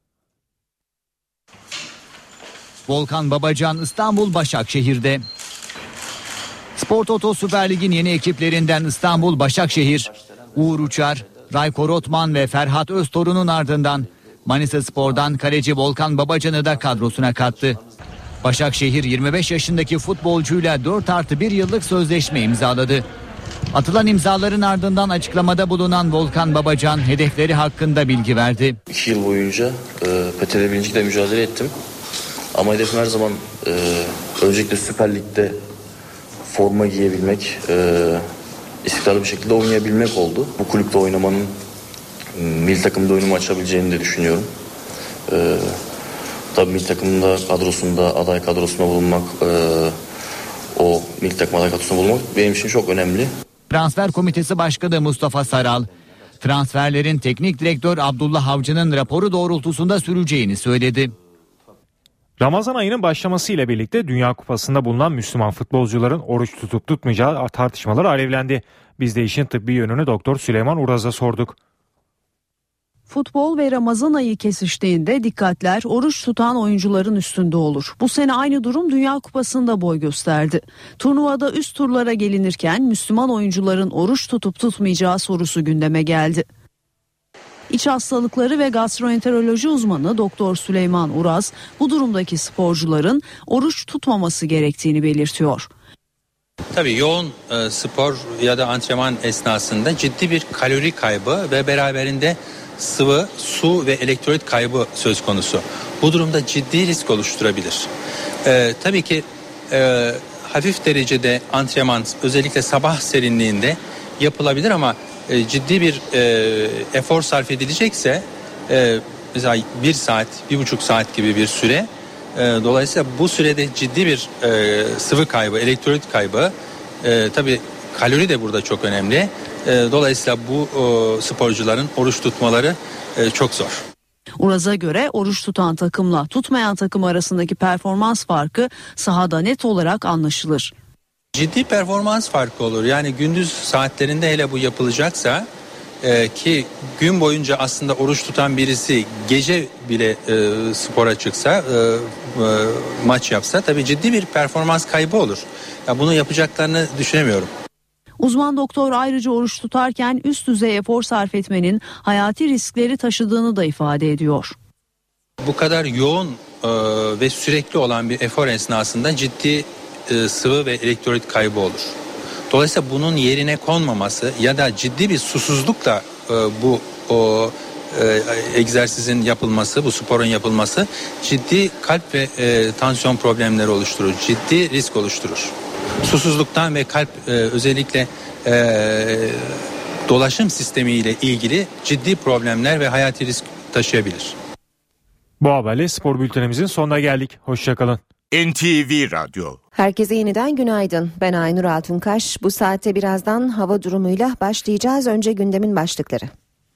Volkan Babacan İstanbul Başakşehir'de. Spor Toto Süper Lig'in yeni ekiplerinden İstanbul Başakşehir, Uğur Uçar, Rayko Rotman ve Ferhat Öztorun'un ardından Manisa Spor'dan kaleci Volkan Babacan'ı da kadrosuna kattı. Başakşehir 25 yaşındaki futbolcuyla 4+1 yıllık sözleşme imzaladı. Atılan imzaların ardından açıklamada bulunan Volkan Babacan hedefleri hakkında bilgi verdi. 2 yıl boyunca PTT Bilincik'le mücadele ettim. Ama hedefim her zaman öncelikle Süper Lig'de forma giyebilmek, istikrarlı bir şekilde oynayabilmek oldu. Bu kulüpte oynamanın milli takımda oyunumu açabileceğini de düşünüyorum. Tabii milli takımda kadrosunda, aday kadrosunda bulunmak, o milli takım aday kadrosunda bulunmak benim için çok önemli. Transfer Komitesi Başkanı Mustafa Saral, transferlerin teknik direktör Abdullah Avcı'nın raporu doğrultusunda süreceğini söyledi. Ramazan ayının başlamasıyla birlikte Dünya Kupası'nda bulunan Müslüman futbolcuların oruç tutup tutmayacağı tartışmaları alevlendi. Biz de işin tıbbi yönünü Doktor Süleyman Uraz'a sorduk. Futbol ve Ramazan ayı kesiştiğinde dikkatler oruç tutan oyuncuların üstünde olur. Bu sene aynı durum Dünya Kupası'nda boy gösterdi. Turnuvada üst turlara gelinirken Müslüman oyuncuların oruç tutup tutmayacağı sorusu gündeme geldi. İç hastalıkları ve gastroenteroloji uzmanı Doktor Süleyman Uraz bu durumdaki sporcuların oruç tutmaması gerektiğini belirtiyor. Tabii yoğun spor ya da antrenman esnasında ciddi bir kalori kaybı ve beraberinde sıvı, su ve elektrolit kaybı söz konusu. Bu durumda ciddi risk oluşturabilir. Tabii ki hafif derecede antrenman özellikle sabah serinliğinde yapılabilir ama ciddi bir efor sarf edilecekse mesela 1 saat, 1,5 saat gibi bir süre. Dolayısıyla bu sürede ciddi bir sıvı kaybı, elektrolit kaybı, tabii kalori de burada çok önemli. Dolayısıyla bu sporcuların oruç tutmaları çok zor. Uraz'a göre oruç tutan takımla tutmayan takım arasındaki performans farkı sahada net olarak anlaşılır. Ciddi performans farkı olur. Yani gündüz saatlerinde hele bu yapılacaksa ki gün boyunca aslında oruç tutan birisi gece bile spora çıksa, maç yapsa tabii ciddi bir performans kaybı olur. Ya bunu yapacaklarını düşünemiyorum. Uzman doktor ayrıca oruç tutarken üst düzey efor sarf etmenin hayati riskleri taşıdığını da ifade ediyor. Bu kadar yoğun ve sürekli olan bir efor esnasında ciddi sıvı ve elektrolit kaybı olur. Dolayısıyla bunun yerine konmaması ya da ciddi bir susuzlukla bu egzersizin yapılması, bu sporun yapılması ciddi kalp ve tansiyon problemleri oluşturur. Ciddi risk oluşturur. Susuzluktan ve kalp özellikle dolaşım sistemiyle ilgili ciddi problemler ve hayati risk taşıyabilir. Bu haberle spor bültenimizin sonuna geldik. Hoşçakalın. NTV Radyo. Herkese yeniden günaydın. Ben Aynur Altunkaş. Bu saatte birazdan hava durumuyla başlayacağız. Önce gündemin başlıkları.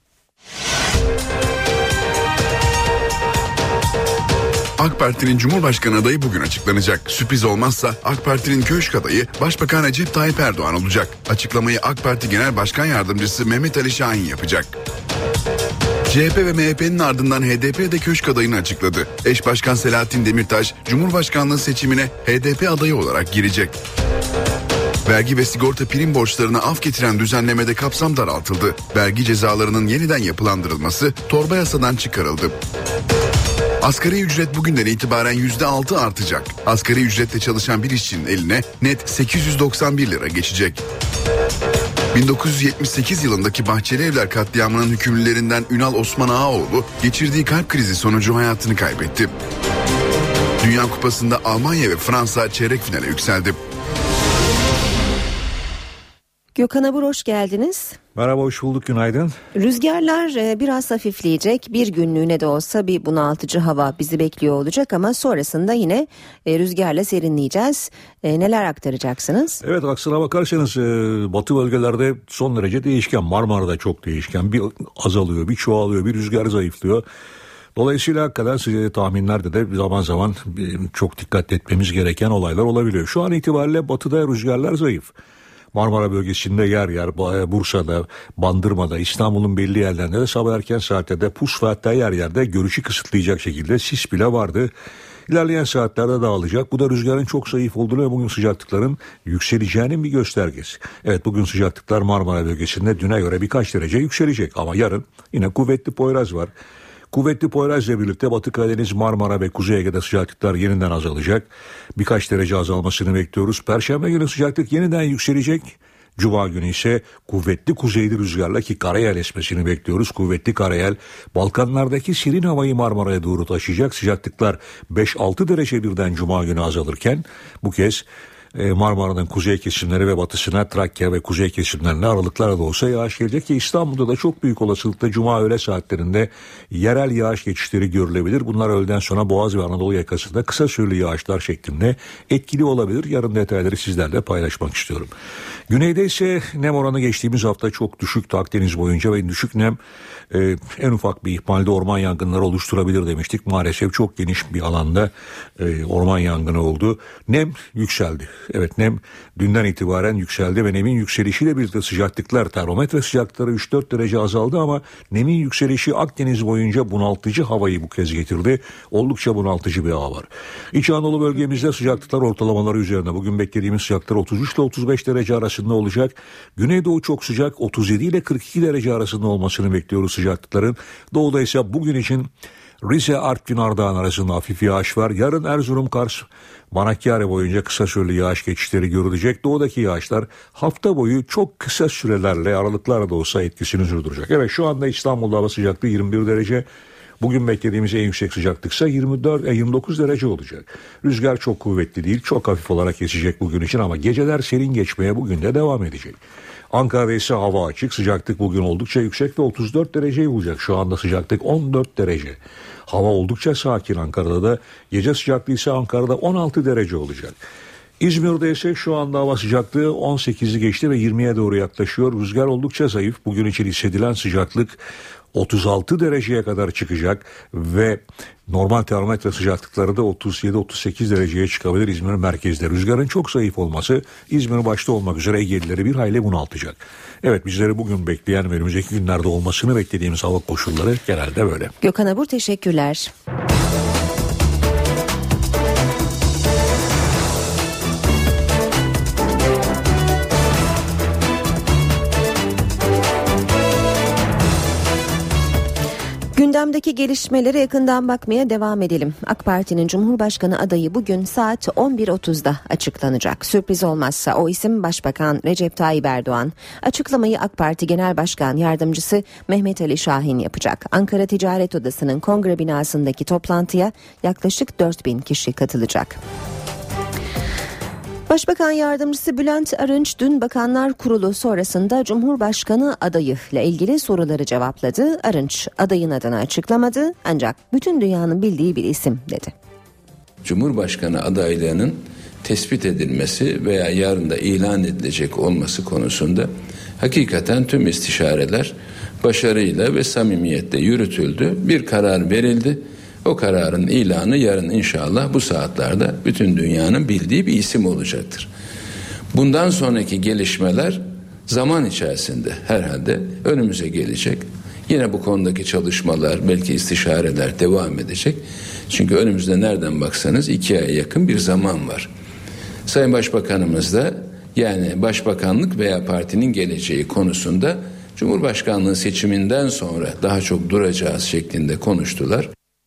AK Parti'nin Cumhurbaşkanı adayı bugün açıklanacak. Sürpriz olmazsa AK Parti'nin köşk adayı Başbakan Recep Tayyip Erdoğan olacak. Açıklamayı AK Parti Genel Başkan Yardımcısı Mehmet Ali Şahin yapacak. CHP ve MHP'nin ardından HDP de köşk adayını açıkladı. Eş Başkan Selahattin Demirtaş, Cumhurbaşkanlığı seçimine HDP adayı olarak girecek. Vergi ve sigorta prim borçlarına af getiren düzenlemede kapsam daraltıldı. Vergi cezalarının yeniden yapılandırılması torba yasadan çıkarıldı. Asgari ücret bugünden itibaren %6 artacak. Asgari ücretle çalışan bir işçinin eline net 891 lira geçecek. 1978 yılındaki Bahçeli Evler katliamının hükümlülerinden Ünal Osman Ağaoğlu geçirdiği kalp krizi sonucu hayatını kaybetti. Dünya Kupası'nda Almanya ve Fransa çeyrek finale yükseldi. Gökhan Abur, hoş geldiniz. Merhaba, hoş bulduk, günaydın. Rüzgarlar biraz hafifleyecek, bir günlüğüne de olsa bir bunaltıcı hava bizi bekliyor olacak ama sonrasında yine rüzgarla serinleyeceğiz. Neler aktaracaksınız? Evet, aksına bakarsanız batı bölgelerde son derece değişken, Marmara'da çok değişken, bir azalıyor, bir çoğalıyor, bir rüzgar zayıflıyor. Dolayısıyla hakikaten size tahminlerde de zaman zaman çok dikkat etmemiz gereken olaylar olabiliyor. Şu an itibariyle batıda rüzgarlar zayıf. Marmara bölgesinde yer yer, Bursa'da, Bandırma'da, İstanbul'un belli yerlerinde de sabah erken saatte de pus ve hatta yer yerde görüşü kısıtlayacak şekilde sis bile vardı. İlerleyen saatlerde dağılacak. Bu da rüzgarın çok zayıf olduğunu ve bugün sıcaklıkların yükseleceğinin bir göstergesi. Evet, bugün sıcaklıklar Marmara bölgesinde düne göre birkaç derece yükselecek ama yarın yine kuvvetli Poyraz var. Kuvvetli Poyraz'la birlikte Batı Karadeniz, Marmara ve Kuzey Ege'de sıcaklıklar yeniden azalacak. Birkaç derece azalmasını bekliyoruz. Perşembe günü sıcaklık yeniden yükselecek. Cuma günü ise kuvvetli kuzeyli rüzgarla ki karayel esmesini bekliyoruz. Kuvvetli karayel Balkanlardaki serin havayı Marmara'ya doğru taşıyacak. Sıcaklıklar 5-6 derece birden Cuma günü azalırken bu kez Marmara'nın kuzey kesimleri ve batısına, Trakya ve kuzey kesimlerine aralıklarla da olsa yağış gelecek ki İstanbul'da da çok büyük olasılıkla Cuma öğle saatlerinde yerel yağış geçişleri görülebilir. Bunlar öğleden sonra Boğaz ve Anadolu yakasında kısa süreli yağışlar şeklinde etkili olabilir. Yarın detayları sizlerle paylaşmak istiyorum. Güneyde ise nem oranı geçtiğimiz hafta çok düşüktü Akdeniz boyunca ve düşük nem en ufak bir ihmalde orman yangınları oluşturabilir demiştik. Maalesef çok geniş bir alanda orman yangını oldu. Nem yükseldi. Evet, nem dünden itibaren yükseldi ve nemin yükselişiyle birlikte sıcaklıklar, termometre sıcaklıkları 3-4 derece azaldı ama nemin yükselişi Akdeniz boyunca bunaltıcı havayı bu kez getirdi. Oldukça bunaltıcı bir hava var. İç Anadolu bölgemizde sıcaklıklar ortalamaları üzerinde. Bugün beklediğimiz sıcaklıklar 33 ile 35 derece arasında olacak. Güneydoğu çok sıcak, 37 ile 42 derece arasında olmasını bekliyoruz sıcaklıkların. Doğuda ise bugün için Rize, Artvin, Ardahan arasında hafif yağış var. Yarın Erzurum, Kars, Manakkari boyunca kısa süreli yağış geçişleri görülecek. Doğudaki yağışlar hafta boyu çok kısa sürelerle, aralıklarla da olsa etkisini sürdürecek. Evet, şu anda İstanbul'da hava sıcaklığı 21 derece. Bugün beklediğimiz en yüksek sıcaklıksa 29 derece olacak. Rüzgar çok kuvvetli değil, çok hafif olarak esecek bugün için ama geceler serin geçmeye bugün de devam edecek. Ankara'da ise hava açık, sıcaklık bugün oldukça yüksek ve 34 dereceyi bulacak. Şu anda sıcaklık 14 derece. Hava oldukça sakin Ankara'da da. Gece sıcaklığı ise Ankara'da 16 derece olacak. İzmir'de ise şu anda hava sıcaklığı 18'i geçti ve 20'ye doğru yaklaşıyor. Rüzgar oldukça zayıf. Bugün için hissedilen sıcaklık 36 dereceye kadar çıkacak ve normal termometre sıcaklıkları da 37-38 dereceye çıkabilir İzmir merkezde. Rüzgarın çok zayıf olması İzmir başta olmak üzere Egelileri bir hayli bunaltacak. Evet, bizleri bugün bekleyen ve önümüzdeki günlerde olmasını beklediğimiz hava koşulları genelde böyle. Gökhan Abur, teşekkürler. Gündemdeki gelişmelere yakından bakmaya devam edelim. AK Parti'nin Cumhurbaşkanı adayı bugün saat 11.30'da açıklanacak. Sürpriz olmazsa o isim Başbakan Recep Tayyip Erdoğan. Açıklamayı AK Parti Genel Başkan Yardımcısı Mehmet Ali Şahin yapacak. Ankara Ticaret Odası'nın kongre binasındaki toplantıya yaklaşık 4.000 kişi katılacak. Başbakan Yardımcısı Bülent Arınç dün Bakanlar Kurulu sonrasında Cumhurbaşkanı adayı ile ilgili soruları cevapladı. Arınç adayın adını açıklamadı ancak bütün dünyanın bildiği bir isim dedi. Cumhurbaşkanı adaylığının tespit edilmesi veya yarın da ilan edilecek olması konusunda hakikaten tüm istişareler başarıyla ve samimiyetle yürütüldü. Bir karar verildi. O kararın ilanı yarın inşallah bu saatlerde bütün dünyanın bildiği bir isim olacaktır. Bundan sonraki gelişmeler zaman içerisinde herhalde önümüze gelecek. Yine bu konudaki çalışmalar, belki istişareler devam edecek. Çünkü önümüzde nereden baksanız 2 aya yakın bir zaman var. Sayın Başbakanımız da yani başbakanlık veya partinin geleceği konusunda Cumhurbaşkanlığı seçiminden sonra daha çok duracağız şeklinde konuştular.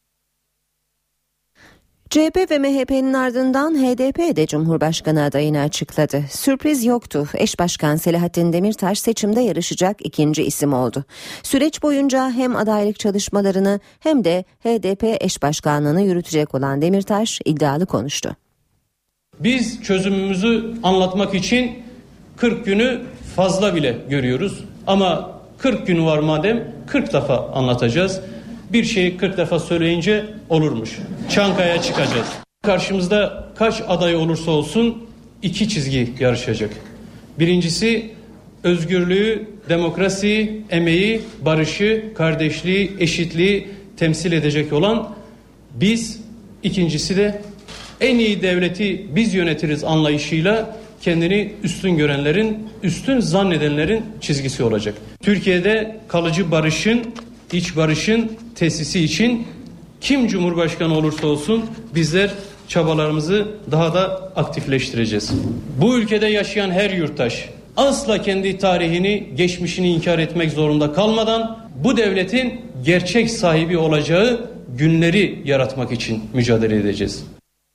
CHP ve MHP'nin ardından HDP de Cumhurbaşkanı adayını açıkladı. Sürpriz yoktu. Eş Başkan Selahattin Demirtaş seçimde yarışacak ikinci isim oldu. Süreç boyunca hem adaylık çalışmalarını hem de HDP eş başkanlığını yürütecek olan Demirtaş iddialı konuştu. Biz çözümümüzü anlatmak için 40 günü fazla bile görüyoruz. Ama 40 gün var madem 40 defa anlatacağız. Bir şeyi 40 defa söyleyince olurmuş. Çankaya çıkacağız. Karşımızda kaç aday olursa olsun 2 çizgi yarışacak. Birincisi özgürlüğü, demokrasiyi, emeği, barışı, kardeşliği, eşitliği temsil edecek olan biz. İkincisi de en iyi devleti biz yönetiriz anlayışıyla kendini üstün görenlerin, üstün zannedenlerin çizgisi olacak. Türkiye'de kalıcı barışın, iç barışın tesisi için kim Cumhurbaşkanı olursa olsun bizler çabalarımızı daha da aktifleştireceğiz. Bu ülkede yaşayan her yurttaş asla kendi tarihini, geçmişini inkar etmek zorunda kalmadan bu devletin gerçek sahibi olacağı günleri yaratmak için mücadele edeceğiz.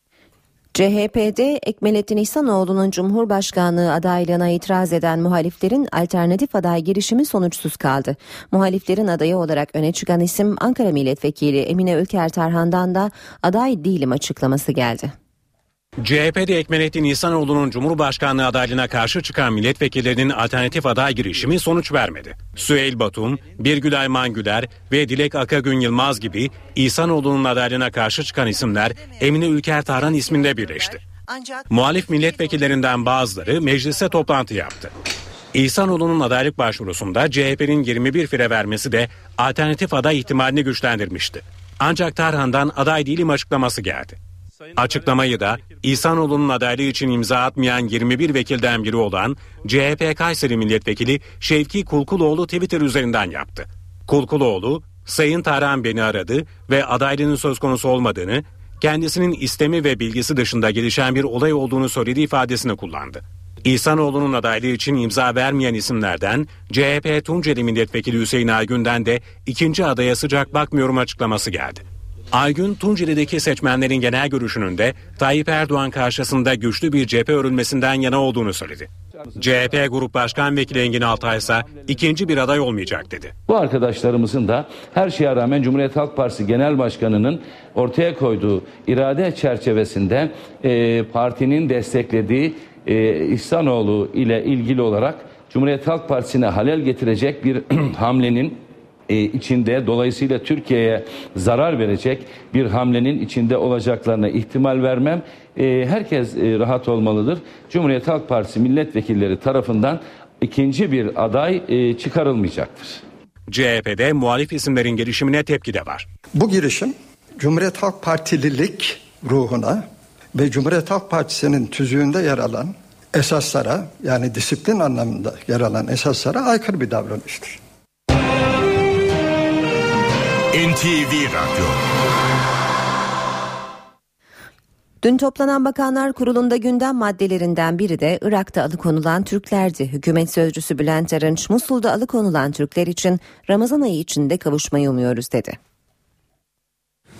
CHP'de Ekmelettin İhsanoğlu'nun Cumhurbaşkanlığı adaylığına itiraz eden muhaliflerin alternatif aday girişimi sonuçsuz kaldı. Muhaliflerin adayı olarak öne çıkan isim Ankara Milletvekili Emine Ülker Tarhan'dan da aday değilim açıklaması geldi. CHP'de Ekmelettin İhsanoğlu'nun Cumhurbaşkanlığı adaylığına karşı çıkan milletvekillerinin alternatif aday girişimi sonuç vermedi. Süheyl Batum, Birgül Ayman Güler ve Dilek Akagün Yılmaz gibi İhsanoğlu'nun adaylığına karşı çıkan isimler Emine Ülker Tarhan isminde birleşti. Muhalif milletvekillerinden bazıları mecliste toplantı yaptı. İhsanoğlu'nun adaylık başvurusunda CHP'nin 21 fire vermesi de alternatif aday ihtimalini güçlendirmişti. Ancak Tarhan'dan aday değilim açıklaması geldi. Açıklamayı da İhsanoğlu'nun adaylığı için imza atmayan 21 vekilden biri olan CHP Kayseri Milletvekili Şevki Kulkuloğlu Twitter üzerinden yaptı. Kulkuloğlu, Sayın Tarhan beni aradı ve adaylığının söz konusu olmadığını, kendisinin istemi ve bilgisi dışında gelişen bir olay olduğunu söylediği ifadesini kullandı. İhsanoğlu'nun adaylığı için imza vermeyen isimlerden CHP Tunceli Milletvekili Hüseyin Aygün'den de ikinci adaya sıcak bakmıyorum açıklaması geldi. Aygün, Tunceli'deki seçmenlerin genel görüşünün de Tayyip Erdoğan karşısında güçlü bir cephe örülmesinden yana olduğunu söyledi. CHP Grup Başkan Vekili Engin Altay ise ikinci bir aday olmayacak dedi. Bu arkadaşlarımızın da her şeye rağmen Cumhuriyet Halk Partisi Genel Başkanı'nın ortaya koyduğu irade çerçevesinde partinin desteklediği İhsanoğlu ile ilgili olarak Cumhuriyet Halk Partisi'ne halel getirecek bir hamlenin içinde, dolayısıyla Türkiye'ye zarar verecek bir hamlenin içinde olacaklarına ihtimal vermem. Herkes rahat olmalıdır. Cumhuriyet Halk Partisi milletvekilleri tarafından ikinci bir aday çıkarılmayacaktır. CHP'de muhalif isimlerin girişimine tepki de var. Bu girişim Cumhuriyet Halk Partililik ruhuna ve Cumhuriyet Halk Partisi'nin tüzüğünde yer alan esaslara, yani disiplin anlamında yer alan esaslara aykırı bir davranıştır. NTV Radyo. Dün toplanan Bakanlar Kurulu'nda gündem maddelerinden biri de Irak'ta alıkonulan Türklerdi. Hükümet sözcüsü Bülent Arınç, Musul'da alıkonulan Türkler için Ramazan ayı içinde kavuşmayı umuyoruz dedi.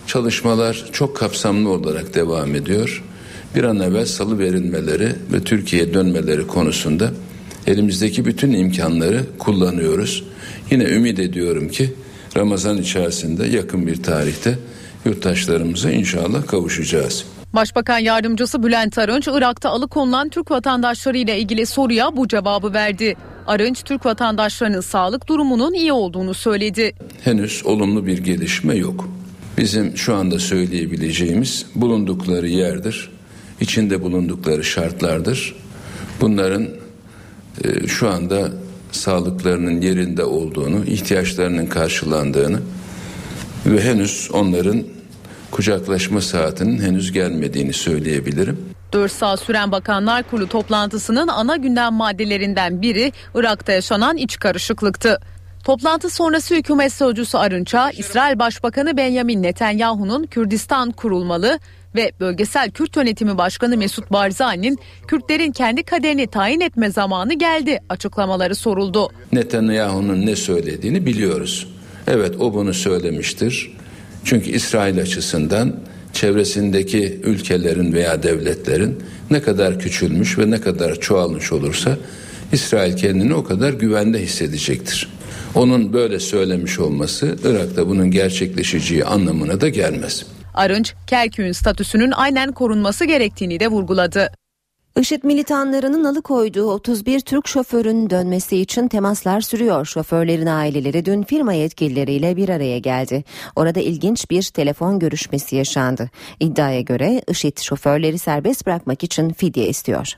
Çalışmalar çok kapsamlı olarak devam ediyor. Bir an evvel salı verilmeleri ve Türkiye'ye dönmeleri konusunda elimizdeki bütün imkanları kullanıyoruz. Yine ümit ediyorum ki Ramazan içerisinde yakın bir tarihte yurttaşlarımıza inşallah kavuşacağız. Başbakan Yardımcısı Bülent Arınç, Irak'ta alıkonulan Türk vatandaşları ile ilgili soruya bu cevabı verdi. Arınç, Türk vatandaşlarının sağlık durumunun iyi olduğunu söyledi. Henüz olumlu bir gelişme yok. Bizim şu anda söyleyebileceğimiz bulundukları yerdir, içinde bulundukları şartlardır. Bunların şu anda sağlıklarının yerinde olduğunu, ihtiyaçlarının karşılandığını ve henüz onların kucaklaşma saatinin henüz gelmediğini söyleyebilirim. 4 saat süren Bakanlar Kurulu toplantısının ana gündem maddelerinden biri Irak'ta yaşanan iç karışıklıktı. Toplantı sonrası hükümet sözcüsü Arınç'a İsrail Başbakanı Benjamin Netanyahu'nun Kürdistan kurulmalı ve Bölgesel Kürt Yönetimi Başkanı Mesut Barzani'nin Kürtlerin kendi kaderini tayin etme zamanı geldi açıklamaları soruldu. Netanyahu'nun ne söylediğini biliyoruz. Evet, o bunu söylemiştir. Çünkü İsrail açısından çevresindeki ülkelerin veya devletlerin ne kadar küçülmüş ve ne kadar çoğalmış olursa İsrail kendini o kadar güvende hissedecektir. Onun böyle söylemiş olması Irak'ta bunun gerçekleşeceği anlamına da gelmez. Arınç, Kerkük'ün statüsünün aynen korunması gerektiğini de vurguladı. IŞİD militanlarının alıkoyduğu 31 Türk şoförün dönmesi için temaslar sürüyor. Şoförlerin aileleri dün firma yetkilileriyle bir araya geldi. Orada ilginç bir telefon görüşmesi yaşandı. İddiaya göre IŞİD şoförleri serbest bırakmak için fidye istiyor.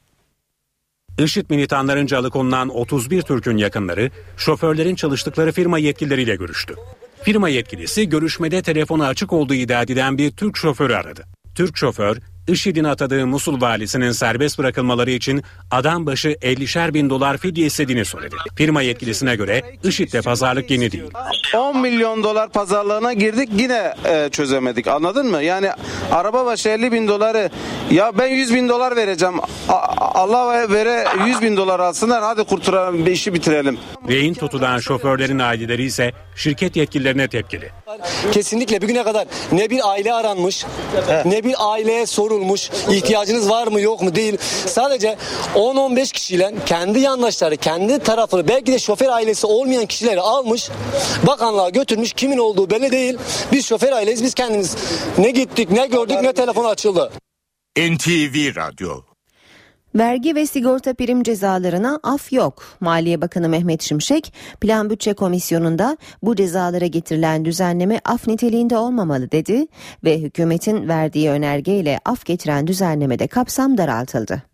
IŞİD militanlarınca alıkonulan 31 Türk'ün yakınları şoförlerin çalıştıkları firma yetkilileriyle görüştü. Firma yetkilisi görüşmede telefonu açık olduğu iddia edilen bir Türk şoförü aradı. Türk şoför, IŞİD'in atadığı Musul valisinin serbest bırakılmaları için adam başı $50.000 fidye istediğini söyledi. Firma yetkilisine göre IŞİD'de pazarlık yeni değil. 10 milyon dolar pazarlığına girdik, yine çözemedik, anladın mı? Yani araba başı $50.000, ya ben $100.000 vereceğim, Allah vere $100.000 alsınlar, hadi kurtaralım, işi bitirelim. Rehin tutulan şoförlerin aileleri ise şirket yetkililerine tepkili. Kesinlikle bugüne kadar ne bir aile aranmış, ne bir aileye sorulmuş, ihtiyacınız var mı yok mu değil. Sadece 10-15 kişiyle kendi yandaşları, kendi tarafını, belki de şoför ailesi olmayan kişileri almış, bakanlığa götürmüş, kimin olduğu belli değil. Biz şoför aileyiz, biz kendimiz ne gittik, ne gördük, ne telefon açıldı. NTV Radyo. Vergi ve sigorta prim cezalarına af yok. Maliye Bakanı Mehmet Şimşek, Plan Bütçe Komisyonu'nda bu cezalara getirilen düzenleme af niteliğinde olmamalı dedi ve hükümetin verdiği önergeyle af getiren düzenlemede kapsam daraltıldı.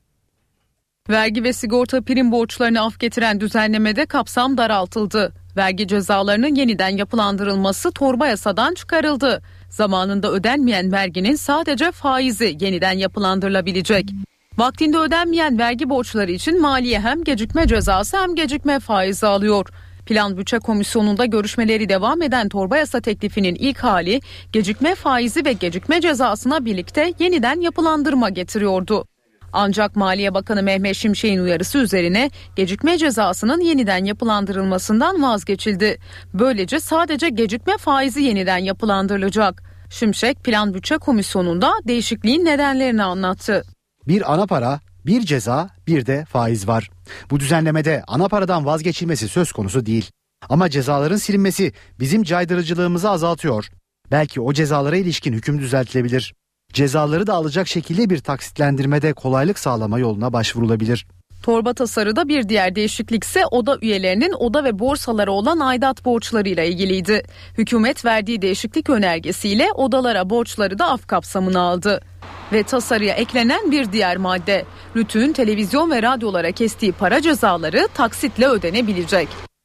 Vergi ve sigorta prim borçlarını af getiren düzenlemede kapsam daraltıldı. Vergi cezalarının yeniden yapılandırılması torba yasadan çıkarıldı. Zamanında ödenmeyen verginin sadece faizi yeniden yapılandırılabilecek. Vaktinde ödenmeyen vergi borçları için maliye hem gecikme cezası hem gecikme faizi alıyor. Plan Bütçe Komisyonu'nda görüşmeleri devam eden torba yasa teklifinin ilk hali gecikme faizi ve gecikme cezasına birlikte yeniden yapılandırma getiriyordu. Ancak Maliye Bakanı Mehmet Şimşek'in uyarısı üzerine gecikme cezasının yeniden yapılandırılmasından vazgeçildi. Böylece sadece gecikme faizi yeniden yapılandırılacak. Şimşek Plan Bütçe Komisyonu'nda değişikliğin nedenlerini anlattı. Bir ana para, bir ceza, bir de faiz var. Bu düzenlemede ana paradan vazgeçilmesi söz konusu değil. Ama cezaların silinmesi bizim caydırıcılığımızı azaltıyor. Belki o cezalara ilişkin hüküm düzeltilebilir. Cezaları da alacak şekilde bir taksitlendirmede kolaylık sağlama yoluna başvurulabilir. Torba tasarıda bir diğer değişiklikse oda üyelerinin oda ve borsalara olan aidat borçlarıyla ilgiliydi. Hükümet verdiği değişiklik önergesiyle odalara borçları da af kapsamına aldı. Ve tasarıya eklenen bir diğer madde, RTÜK'ün televizyon ve radyolara kestiği para cezaları taksitle ödenebilecek.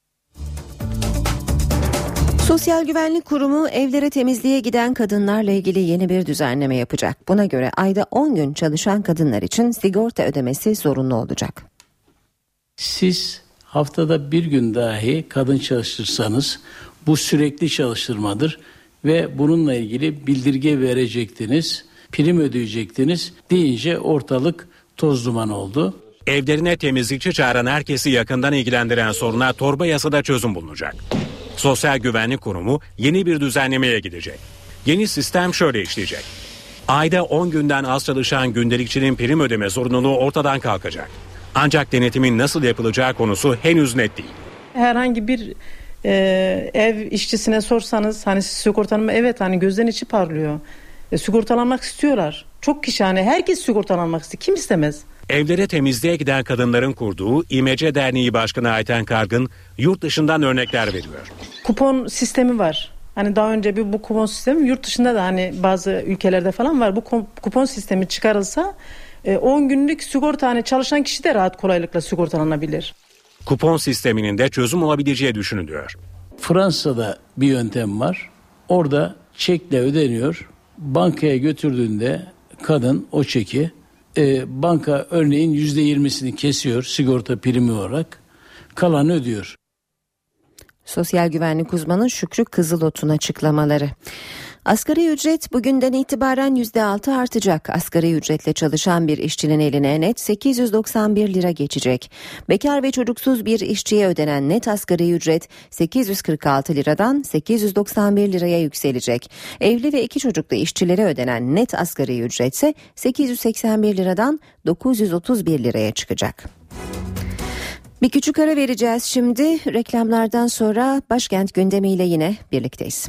Sosyal Güvenlik Kurumu evlere temizliğe giden kadınlarla ilgili yeni bir düzenleme yapacak. Buna göre ayda 10 gün çalışan kadınlar için sigorta ödemesi zorunlu olacak. Siz haftada bir gün dahi kadın çalıştırsanız bu sürekli çalıştırmadır ve bununla ilgili bildirge verecektiniz, prim ödeyecektiniz deyince ortalık toz duman oldu. Evlerine temizlikçi çağıran herkesi yakından ilgilendiren soruna torba yasada çözüm bulunacak. Sosyal Güvenlik Kurumu yeni bir düzenlemeye gidecek. Yeni sistem şöyle işleyecek. Ayda 10 günden az çalışan gündelikçinin prim ödeme zorunluluğu ortadan kalkacak. Ancak denetimin nasıl yapılacağı konusu henüz net değil. Herhangi bir ev işçisine sorsanız hani sigortalanma, evet hani gözden içi parlıyor. Sigortalanmak istiyorlar. Çok kişi, hani herkes sigortalanmak istiyor. Kim istemez? Evlere temizliğe giden kadınların kurduğu İMC Derneği Başkanı Ayten Kargın yurt dışından örnekler veriyor. Kupon sistemi var. Hani daha önce bu kupon sistemi yurt dışında da hani bazı ülkelerde falan var. Bu kupon sistemi çıkarılsa 10 günlük sigorta, hani çalışan kişi de rahat kolaylıkla sigortalanabilir. Kupon sisteminin de çözüm olabileceği düşünülüyor. Fransa'da bir yöntem var. Orada çekle ödeniyor. Bankaya götürdüğünde kadın o çeki banka örneğin %20'sini kesiyor sigorta primi olarak. Kalanı ödüyor. Sosyal güvenlik uzmanı Şükrü Kızılot'un açıklamaları. Asgari ücret bugünden itibaren %6 artacak. Asgari ücretle çalışan bir işçinin eline net 891 lira geçecek. Bekar ve çocuksuz bir işçiye ödenen net asgari ücret 846 liradan 891 liraya yükselecek. Evli ve 2 çocuklu işçilere ödenen net asgari ücret ise 881 liradan 931 liraya çıkacak. Bir küçük ara vereceğiz şimdi. Reklamlardan sonra başkent gündemiyle yine birlikteyiz.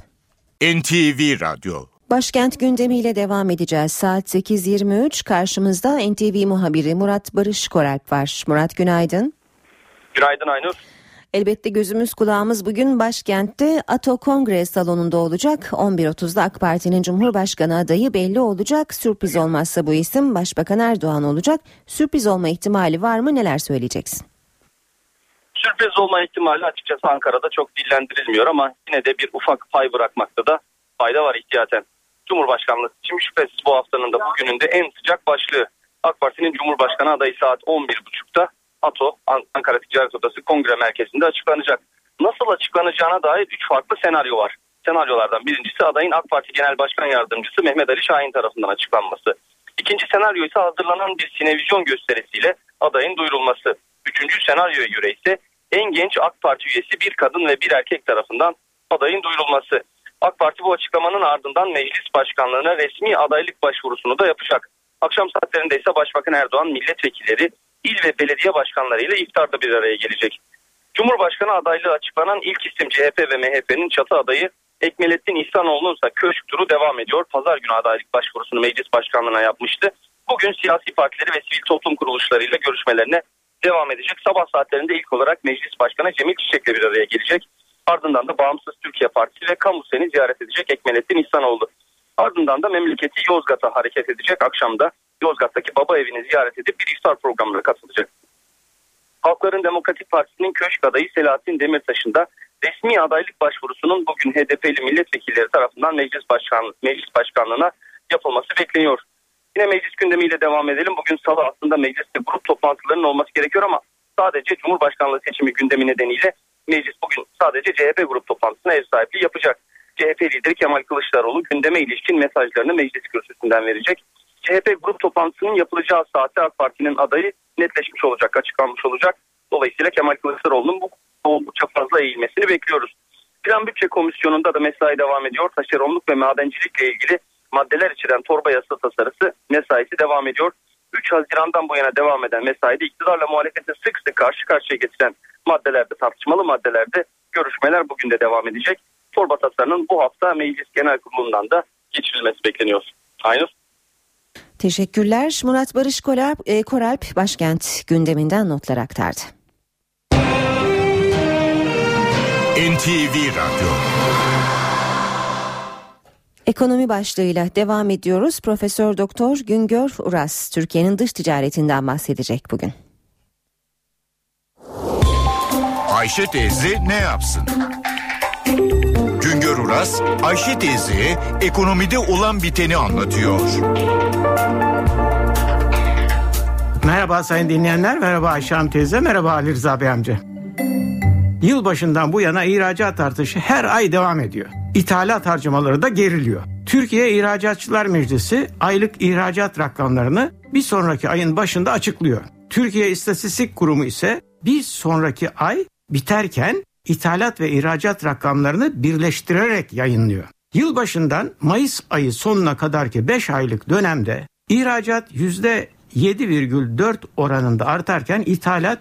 NTV Radyo. Başkent gündemiyle devam edeceğiz. Saat 8.23. Karşımızda NTV muhabiri Murat Barış Koralp var. Murat, günaydın. Günaydın Aynur. Elbette gözümüz kulağımız bugün başkentte Ato Kongre Salonu'nda olacak. 11.30'da AK Parti'nin Cumhurbaşkanı adayı belli olacak. Sürpriz olmazsa bu isim Başbakan Erdoğan olacak. Sürpriz olma ihtimali var mı? Neler söyleyeceksin? Sürpriz olma ihtimali açıkçası Ankara'da çok dillendirilmiyor ama yine de bir ufak pay bırakmakta da fayda var ihtiyaten. Cumhurbaşkanlığı seçimi şüphesiz bu haftanın da bugünün de en sıcak başlığı. AK Parti'nin Cumhurbaşkanı adayı saat 11.30'da ATO, Ankara Ticaret Odası Kongre Merkezi'nde açıklanacak. Nasıl açıklanacağına dair 3 farklı senaryo var. Senaryolardan birincisi adayın AK Parti Genel Başkan Yardımcısı Mehmet Ali Şahin tarafından açıklanması. İkinci senaryo ise hazırlanan bir sinevizyon gösterisiyle adayın duyurulması. Üçüncü senaryoya göre ise en genç AK Parti üyesi bir kadın ve bir erkek tarafından adayın duyurulması. AK Parti bu açıklamanın ardından meclis başkanlığına resmi adaylık başvurusunu da yapacak. Akşam saatlerinde ise Başbakan Erdoğan milletvekilleri, il ve belediye başkanlarıyla iftarda bir araya gelecek. Cumhurbaşkanı adaylığı açıklanan ilk isim CHP ve MHP'nin çatı adayı Ekmelettin İhsanoğlu'nun ise köşk turu devam ediyor. Pazar günü adaylık başvurusunu meclis başkanlığına yapmıştı. Bugün siyasi partileri ve sivil toplum kuruluşlarıyla görüşmelerine devam edecek. Sabah saatlerinde ilk olarak Meclis Başkanı Cemil Çiçek'le bir araya gelecek. Ardından da Bağımsız Türkiye Partisi ve Kamusen'i ziyaret edecek Ekmelettin İhsanoğlu. Ardından da memleketi Yozgat'a hareket edecek. Akşamda Yozgat'taki baba evini ziyaret edip bir iftar programına katılacak. Halkların Demokratik Partisi'nin köşk adayı Selahattin Demirtaş'ın da resmi adaylık başvurusunun bugün HDP'li milletvekilleri tarafından meclis başkanlığına yapılması bekleniyor. Yine meclis gündemiyle devam edelim. Bugün salı aslında mecliste grup toplantılarının olması gerekiyor ama sadece Cumhurbaşkanlığı seçimi gündemi nedeniyle meclis bugün sadece CHP grup toplantısına ev sahipliği yapacak. CHP lideri Kemal Kılıçdaroğlu gündeme ilişkin mesajlarını meclis kürsüsünden verecek. CHP grup toplantısının yapılacağı saatte AK Parti'nin adayı netleşmiş olacak, açıklanmış olacak. Dolayısıyla Kemal Kılıçdaroğlu'nun bu oldukça fazla eğilmesini bekliyoruz. Plan Bütçe Komisyonu'nda da mesai devam ediyor. Taşeronluk ve madencilikle ilgili maddeler içeren torba yasa tasarısı mesaisi devam ediyor. 3 Haziran'dan bu yana devam eden mesaide iktidarla muhalefeti sık sık karşı karşıya getiren maddelerde, tartışmalı maddelerde görüşmeler bugün de devam edecek. Torba tasarının bu hafta Meclis Genel Kurulu'ndan da geçirilmesi bekleniyor. Aynur. Teşekkürler. Murat Barış Koralp başkent gündeminden notlar aktardı. NTV Radyo. Ekonomi başlığıyla devam ediyoruz. Profesör Doktor Güngör Uras Türkiye'nin dış ticaretinden bahsedecek bugün. Ayşe teyze ne yapsın? Güngör Uras, Ayşe teyzeye ekonomide olan biteni anlatıyor. Merhaba sayın dinleyenler, merhaba Ayşe Hanım teyze, merhaba Ali Rıza Bey amca. Yılbaşından bu yana ihracat artışı her ay devam ediyor. İthalat harcamaları da geriliyor. Türkiye İhracatçılar Meclisi aylık ihracat rakamlarını bir sonraki ayın başında açıklıyor. Türkiye İstatistik Kurumu ise bir sonraki ay biterken ithalat ve ihracat rakamlarını birleştirerek yayınlıyor. Yılbaşından Mayıs ayı sonuna kadarki 5 aylık dönemde ihracat %7,4 oranında artarken ithalat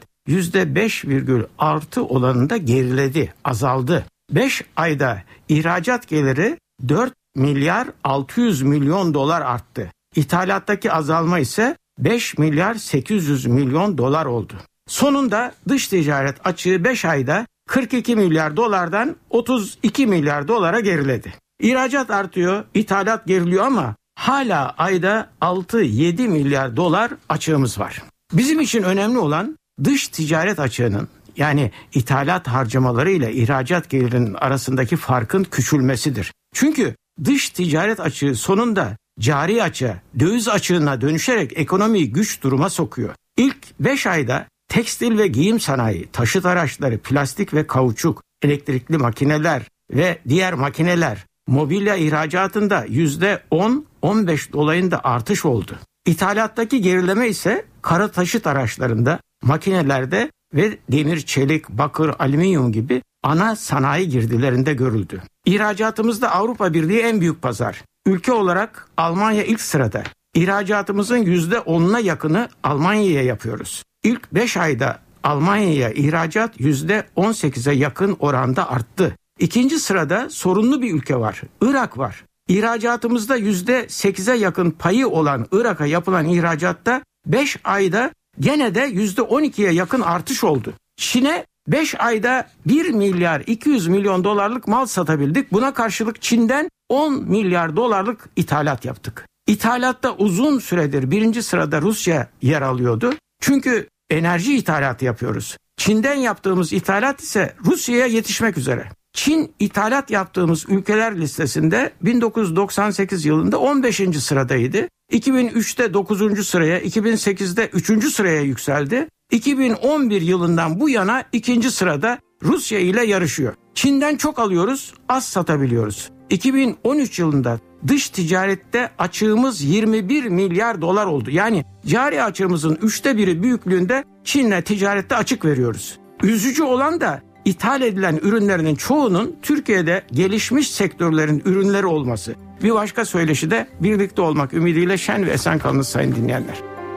%5,6 oranında geriledi, azaldı. 5 ayda ihracat geliri 4 milyar 600 milyon dolar arttı. İthalattaki azalma ise 5 milyar 800 milyon dolar oldu. Sonunda dış ticaret açığı 5 ayda 42 milyar dolardan 32 milyar dolara geriledi. İhracat artıyor, ithalat geriliyor ama hala ayda 6-7 milyar dolar açığımız var. Bizim için önemli olan dış ticaret açığının, yani ithalat harcamaları ile ihracat gelirinin arasındaki farkın küçülmesidir. Çünkü dış ticaret açığı sonunda cari açığa, döviz açığına dönüşerek ekonomiyi güç duruma sokuyor. İlk 5 ayda tekstil ve giyim sanayi, taşıt araçları, plastik ve kauçuk, elektrikli makineler ve diğer makineler, mobilya ihracatında %10-15 dolayında artış oldu. İthalattaki gerileme ise kara taşıt araçlarında, makinelerde ve demir, çelik, bakır, alüminyum gibi ana sanayi girdilerinde görüldü. İhracatımızda Avrupa Birliği en büyük pazar. Ülke olarak Almanya ilk sırada. İhracatımızın %10'una yakını Almanya'ya yapıyoruz. İlk 5 ayda Almanya'ya ihracat %18'e yakın oranda arttı. İkinci sırada sorunlu bir ülke var. Irak var. İhracatımızda %8'e yakın payı olan Irak'a yapılan ihracatta 5 ayda gene de %12'ye yakın artış oldu. Çin'e 5 ayda 1 milyar 200 milyon dolarlık mal satabildik. Buna karşılık Çin'den 10 milyar dolarlık ithalat yaptık. İthalatta uzun süredir birinci sırada Rusya yer alıyordu. Çünkü enerji ithalatı yapıyoruz. Çin'den yaptığımız ithalat ise Rusya'ya yetişmek üzere. Çin ithalat yaptığımız ülkeler listesinde 1998 yılında 15. sıradaydı. 2003'te 9. sıraya, 2008'de 3. sıraya yükseldi. 2011 yılından bu yana 2. sırada Rusya ile yarışıyor. Çin'den çok alıyoruz, az satabiliyoruz. 2013 yılında dış ticarette açığımız 21 milyar dolar oldu. Yani cari açığımızın 1/3 büyüklüğünde Çin'le ticarette açık veriyoruz. Üzücü olan da ithal edilen ürünlerinin çoğunun Türkiye'de gelişmiş sektörlerin ürünleri olması. Bir başka söyleşi de birlikte olmak ümidiyle şen ve esen kalınız sayın dinleyenler.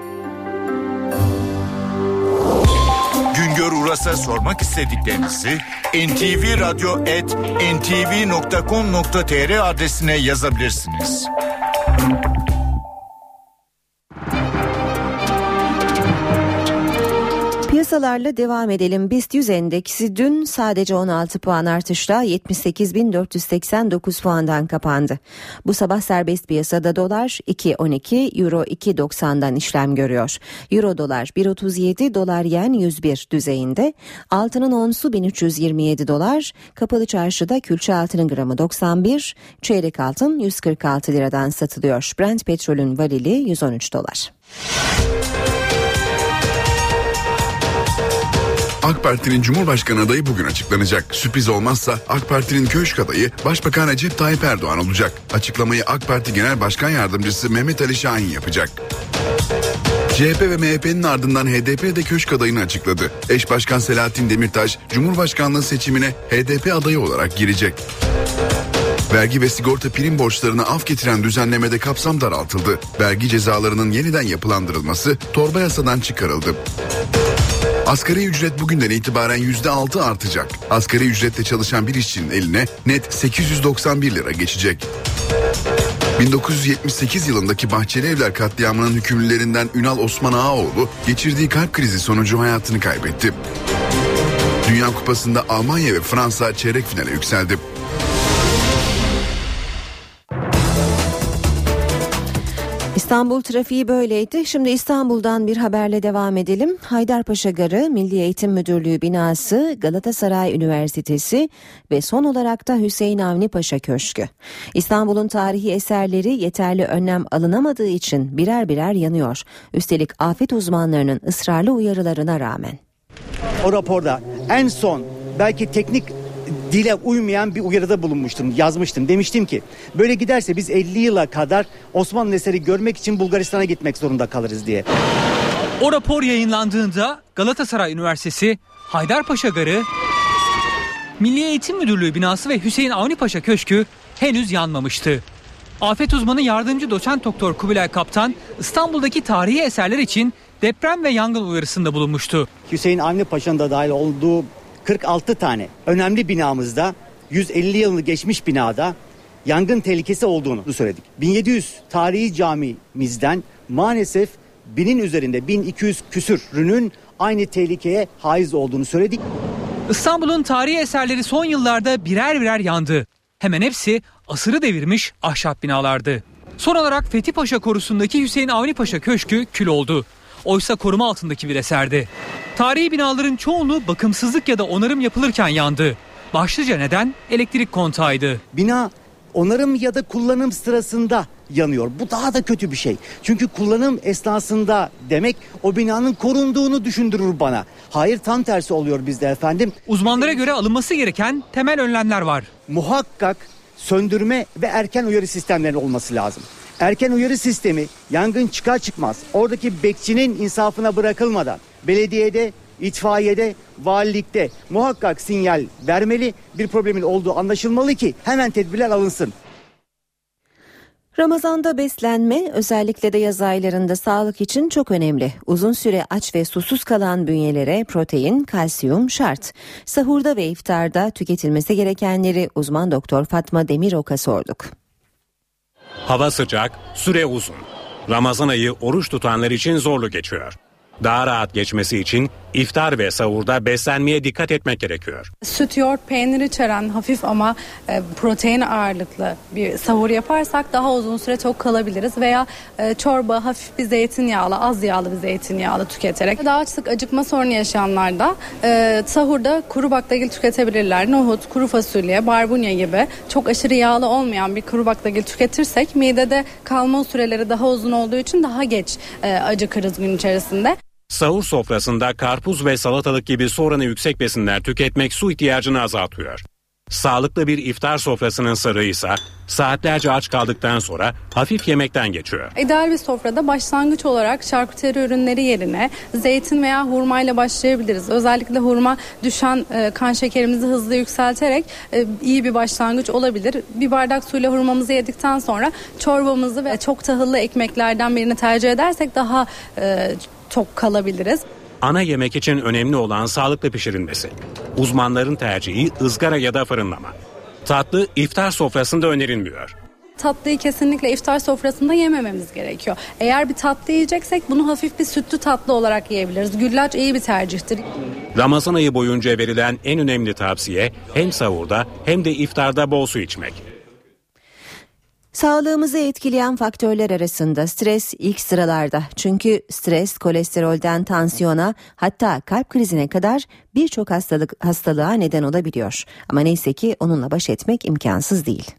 Güngör Uras'a sormak istediklerinizi ntvradyo@ntv.com.tr adresine yazabilirsiniz. Piyasalarla devam edelim. BIST 100 endeksi dün sadece 16 puan artışla 78.489 puandan kapandı. Bu sabah serbest piyasada dolar 2.12, euro 2.90'dan işlem görüyor. Euro dolar 1.37, dolar yen 101 düzeyinde. Altının onsu 1327 dolar. Kapalı çarşıda külçe altının gramı 91, çeyrek altın 146 liradan satılıyor. Brent petrolün varili 113 dolar. AK Parti'nin Cumhurbaşkanı adayı bugün açıklanacak. Sürpriz olmazsa AK Parti'nin köşk adayı Başbakan Recep Tayyip Erdoğan olacak. Açıklamayı AK Parti Genel Başkan Yardımcısı Mehmet Ali Şahin yapacak. CHP ve MHP'nin ardından HDP de köşk adayını açıkladı. Eş Başkan Selahattin Demirtaş, Cumhurbaşkanlığı seçimine HDP adayı olarak girecek. Vergi ve sigorta prim borçlarına af getiren düzenlemede kapsam daraltıldı. Vergi cezalarının yeniden yapılandırılması torba yasadan çıkarıldı. Asgari ücret bugünden itibaren %6 artacak. Asgari ücretle çalışan bir işçinin eline net 891 lira geçecek. 1978 yılındaki Bahçeli Evler katliamının hükümlülerinden Ünal Osman Ağaoğlu geçirdiği kalp krizi sonucu hayatını kaybetti. Dünya Kupası'nda Almanya ve Fransa çeyrek finale yükseldi. İstanbul trafiği böyleydi. Şimdi İstanbul'dan bir haberle devam edelim. Haydarpaşa Garı, Milli Eğitim Müdürlüğü binası, Galatasaray Üniversitesi ve son olarak da Hüseyin Avni Paşa Köşkü. İstanbul'un tarihi eserleri yeterli önlem alınamadığı için birer birer yanıyor. Üstelik afet uzmanlarının ısrarlı uyarılarına rağmen. O raporda en son belki teknik dile uymayan bir uyarıda bulunmuştum, yazmıştım. Demiştim ki böyle giderse biz 50 yıla kadar Osmanlı eseri görmek için Bulgaristan'a gitmek zorunda kalırız diye. O rapor yayınlandığında Galatasaray Üniversitesi, Haydarpaşa Garı Milli Eğitim Müdürlüğü binası ve Hüseyin Avni Paşa Köşkü henüz yanmamıştı. Afet uzmanı yardımcı doçent doktor Kubilay Kaptan İstanbul'daki tarihi eserler için deprem ve yangın uyarısında bulunmuştu. Hüseyin Avni Paşa'nın da dahil olduğu 46 tane önemli binamızda 150 yılını geçmiş binada yangın tehlikesi olduğunu söyledik. 1700 tarihi camimizden maalesef 1000'in üzerinde 1200 küsürünün aynı tehlikeye haiz olduğunu söyledik. İstanbul'un tarihi eserleri son yıllarda birer birer yandı. Hemen hepsi asırı devirmiş ahşap binalardı. Son olarak Fethi Paşa Korusu'ndaki Hüseyin Avni Paşa Köşkü kül oldu. Oysa koruma altındaki bir eserdi. Tarihi binaların çoğunluğu bakımsızlık ya da onarım yapılırken yandı. Başlıca neden elektrik kontağıydı. Bina onarım ya da kullanım sırasında yanıyor. Bu daha da kötü bir şey. Çünkü kullanım esnasında demek o binanın korunduğunu düşündürür bana. Hayır, tam tersi oluyor bizde efendim. Uzmanlara göre alınması gereken temel önlemler var. Muhakkak söndürme ve erken uyarı sistemleri olması lazım. Erken uyarı sistemi yangın çıkar çıkmaz oradaki bekçinin insafına bırakılmadan belediyede, itfaiyede, valilikte muhakkak sinyal vermeli, bir problemin olduğu anlaşılmalı ki hemen tedbirler alınsın. Ramazanda beslenme özellikle de yaz aylarında sağlık için çok önemli. Uzun süre aç ve susuz kalan bünyelere protein, kalsiyum şart. Sahurda ve iftarda tüketilmesi gerekenleri uzman doktor Fatma Demirok'a sorduk. Hava sıcak, süre uzun. Ramazan ayı oruç tutanlar için zorlu geçiyor. Daha rahat geçmesi için iftar ve sahurda beslenmeye dikkat etmek gerekiyor. Süt, yoğurt, peynir içeren hafif ama protein ağırlıklı bir sahur yaparsak daha uzun süre tok kalabiliriz. Veya çorba, hafif bir zeytinyağlı, az yağlı bir zeytinyağlı tüketerek. Daha sık acıkma sorunu yaşayanlar da sahurda kuru baklagil tüketebilirler. Nohut, kuru fasulye, barbunya gibi çok aşırı yağlı olmayan bir kuru baklagil tüketirsek midede kalma süreleri daha uzun olduğu için daha geç acıkırız gün içerisinde. Sahur sofrasında karpuz ve salatalık gibi su oranı yüksek besinler tüketmek su ihtiyacını azaltıyor. Sağlıklı bir iftar sofrasının sırrı ise saatlerce aç kaldıktan sonra hafif yemekten geçiyor. İdeal bir sofrada başlangıç olarak şarküteri ürünleri yerine zeytin veya hurmayla başlayabiliriz. Özellikle hurma düşen kan şekerimizi hızlı yükselterek iyi bir başlangıç olabilir. Bir bardak suyla hurmamızı yedikten sonra çorbamızı ve çok tahıllı ekmeklerden birini tercih edersek daha tok kalabiliriz. Ana yemek için önemli olan sağlıklı pişirilmesi. Uzmanların tercihi ızgara ya da fırınlama. Tatlı iftar sofrasında önerilmiyor. Tatlıyı kesinlikle iftar sofrasında yemememiz gerekiyor. Eğer bir tatlı yiyeceksek bunu hafif bir sütlü tatlı olarak yiyebiliriz. Güllaç iyi bir tercihtir. Ramazan ayı boyunca verilen en önemli tavsiye hem sahurda hem de iftarda bol su içmek. Sağlığımızı etkileyen faktörler arasında stres ilk sıralarda. Çünkü stres kolesterolden tansiyona hatta kalp krizine kadar birçok hastalığa neden olabiliyor. Ama neyse ki onunla baş etmek imkansız değil.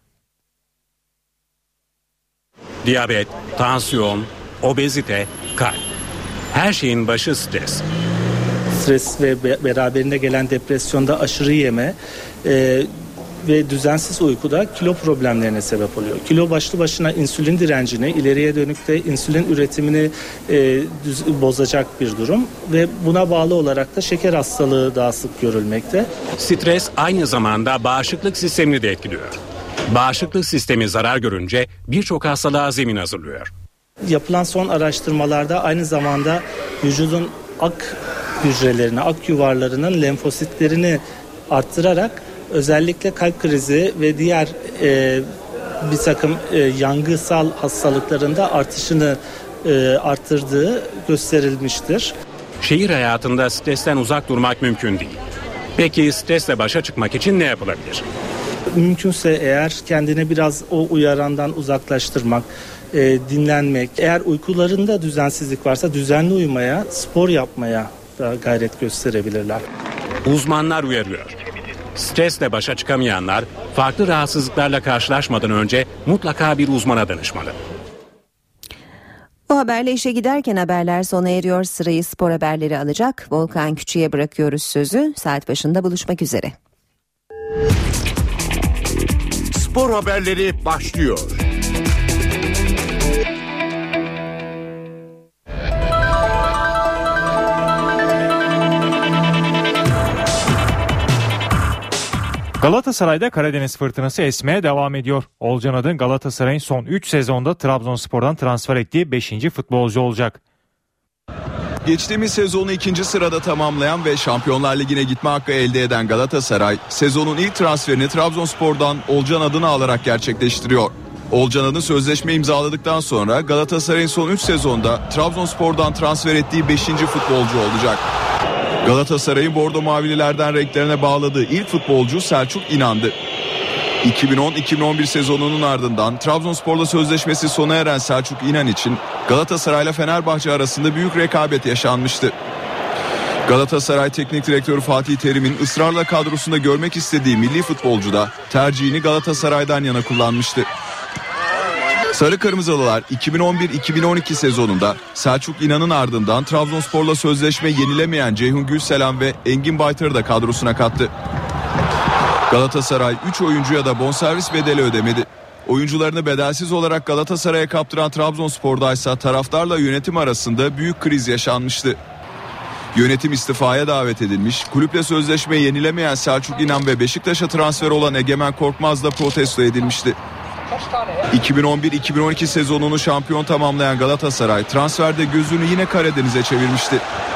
Diyabet, tansiyon, obezite, kalp. Her şeyin başı stres. Stres ve beraberinde gelen depresyonda aşırı yeme ve düzensiz uykuda kilo problemlerine sebep oluyor. Kilo başlı başına insülin direncini, ileriye dönük de insülin üretimini bozacak bir durum ve buna bağlı olarak da şeker hastalığı daha sık görülmekte. Stres aynı zamanda bağışıklık sistemini de etkiliyor. Bağışıklık sistemi zarar görünce birçok hastalığa zemin hazırlıyor. Yapılan son araştırmalarda aynı zamanda vücudun ak hücrelerini, ak yuvarlarının lenfositlerini arttırarak özellikle kalp krizi ve diğer bir takım yangısal hastalıklarında artışını arttırdığı gösterilmiştir. Şehir hayatında stresten uzak durmak mümkün değil. Peki stresle başa çıkmak için ne yapılabilir? Mümkünse eğer kendini biraz o uyarandan uzaklaştırmak, dinlenmek, eğer uykularında düzensizlik varsa düzenli uyumaya, spor yapmaya da gayret gösterebilirler. Uzmanlar uyarıyor. Stresle başa çıkamayanlar farklı rahatsızlıklarla karşılaşmadan önce mutlaka bir uzmana danışmalı. Bu haberle işe giderken haberler sona eriyor. Sırayı spor haberleri alacak. Volkan Küçük'e bırakıyoruz sözü. Saat başında buluşmak üzere. Spor haberleri başlıyor. Galatasaray'da Karadeniz fırtınası esmeye devam ediyor. Olcan Adın Galatasaray'ın son 3 sezonda Trabzonspor'dan transfer ettiği 5. futbolcu olacak. Geçtiğimiz sezonu 2. sırada tamamlayan ve Şampiyonlar Ligi'ne gitme hakkı elde eden Galatasaray, sezonun ilk transferini Trabzonspor'dan Olcan Adın'ı alarak gerçekleştiriyor. Olcan Adın sözleşme imzaladıktan sonra Galatasaray'ın son 3 sezonda Trabzonspor'dan transfer ettiği 5. futbolcu olacak. Galatasaray'ın Bordo Mavililerden renklerine bağladığı ilk futbolcu Selçuk İnan'dı. 2010-2011 sezonunun ardından Trabzonspor'la sözleşmesi sona eren Selçuk İnan için Galatasaray'la Fenerbahçe arasında büyük rekabet yaşanmıştı. Galatasaray Teknik Direktörü Fatih Terim'in ısrarla kadrosunda görmek istediği milli futbolcu da tercihini Galatasaray'dan yana kullanmıştı. Sarı Kırmızılılar 2011-2012 sezonunda Selçuk İnan'ın ardından Trabzonspor'la sözleşme yenilemeyen Ceyhun Gülselam ve Engin Baytar'ı da kadrosuna kattı. Galatasaray 3 oyuncuya da bonservis bedeli ödemedi. Oyuncularını bedelsiz olarak Galatasaray'a kaptıran Trabzonspor'da ise taraftarla yönetim arasında büyük kriz yaşanmıştı. Yönetim istifaya davet edilmiş, kulüple sözleşme yenilemeyen Selçuk İnan ve Beşiktaş'a transfer olan Egemen Korkmaz da protesto edilmişti. 2011-2012 sezonunu şampiyon tamamlayan Galatasaray transferde gözünü yine Karadeniz'e çevirmişti.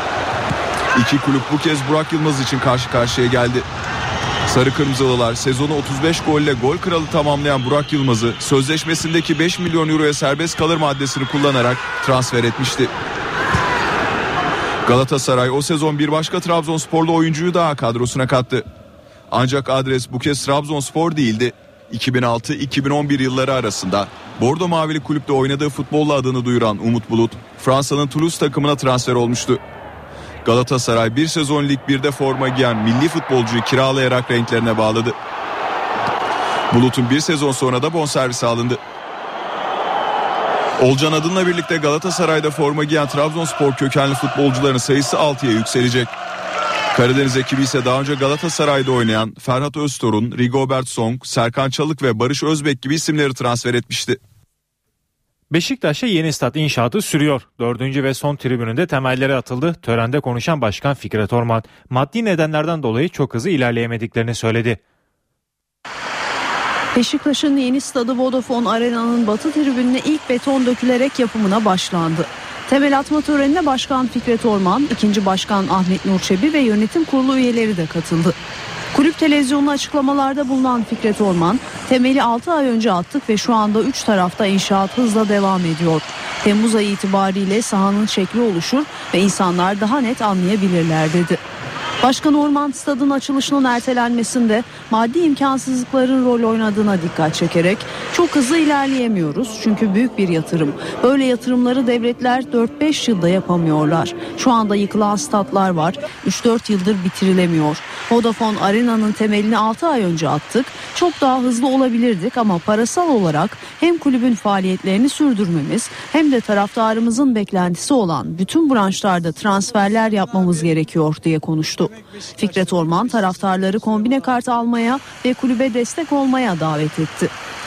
İki kulüp bu kez Burak Yılmaz için karşı karşıya geldi. Sarı Kırmızılılar sezonu 35 golle gol kralı tamamlayan Burak Yılmaz'ı sözleşmesindeki 5 milyon euroya serbest kalır maddesini kullanarak transfer etmişti. Galatasaray o sezon bir başka Trabzonsporlu oyuncuyu daha kadrosuna kattı. Ancak adres bu kez Trabzonspor değildi. 2006-2011 yılları arasında Bordo Mavili kulüpte oynadığı futbolla adını duyuran Umut Bulut, Fransa'nın Toulouse takımına transfer olmuştu. Galatasaray bir sezon Lig 1'de forma giyen milli futbolcuyu kiralayarak renklerine bağladı. Bulut'un bir sezon sonra da bonservisi alındı. Olcan Adın'la birlikte Galatasaray'da forma giyen Trabzonspor kökenli futbolcuların sayısı 6'ya yükselecek. Karadeniz ekibi ise daha önce Galatasaray'da oynayan Ferhat Öztorun, Rigobert Song, Serkan Çalık ve Barış Özbek gibi isimleri transfer etmişti. Beşiktaş'ta yeni stat inşaatı sürüyor. 4. ve son tribününde temelleri atıldı. Törende konuşan Başkan Fikret Orman, maddi nedenlerden dolayı çok hızlı ilerleyemediklerini söyledi. Beşiktaş'ın yeni stadı Vodafone Arena'nın batı tribününe ilk beton dökülerek yapımına başlandı. Temel atma törenine Başkan Fikret Orman, 2. Başkan Ahmet Nur Çebi ve yönetim kurulu üyeleri de katıldı. Kulüp televizyonlu açıklamalarda bulunan Fikret Orman, temeli 6 ay önce attık ve şu anda 3 tarafta inşaat hızla devam ediyor. Temmuz ayı itibariyle sahanın şekli oluşur ve insanlar daha net anlayabilirler dedi. Başkan Orman stadın açılışının ertelenmesinde maddi imkansızlıkların rol oynadığına dikkat çekerek çok hızlı ilerleyemiyoruz çünkü büyük bir yatırım. Böyle yatırımları devletler 4-5 yılda yapamıyorlar. Şu anda yıkılan statlar var. 3-4 yıldır bitirilemiyor. Vodafone Arena'nın temelini 6 ay önce attık. Çok daha hızlı olabilirdik ama parasal olarak hem kulübün faaliyetlerini sürdürmemiz hem de taraftarımızın beklentisi olan bütün branşlarda transferler yapmamız gerekiyor diye konuştu. Fikret Orman taraftarları kombine kart almaya ve kulübe destek olmaya davet etti.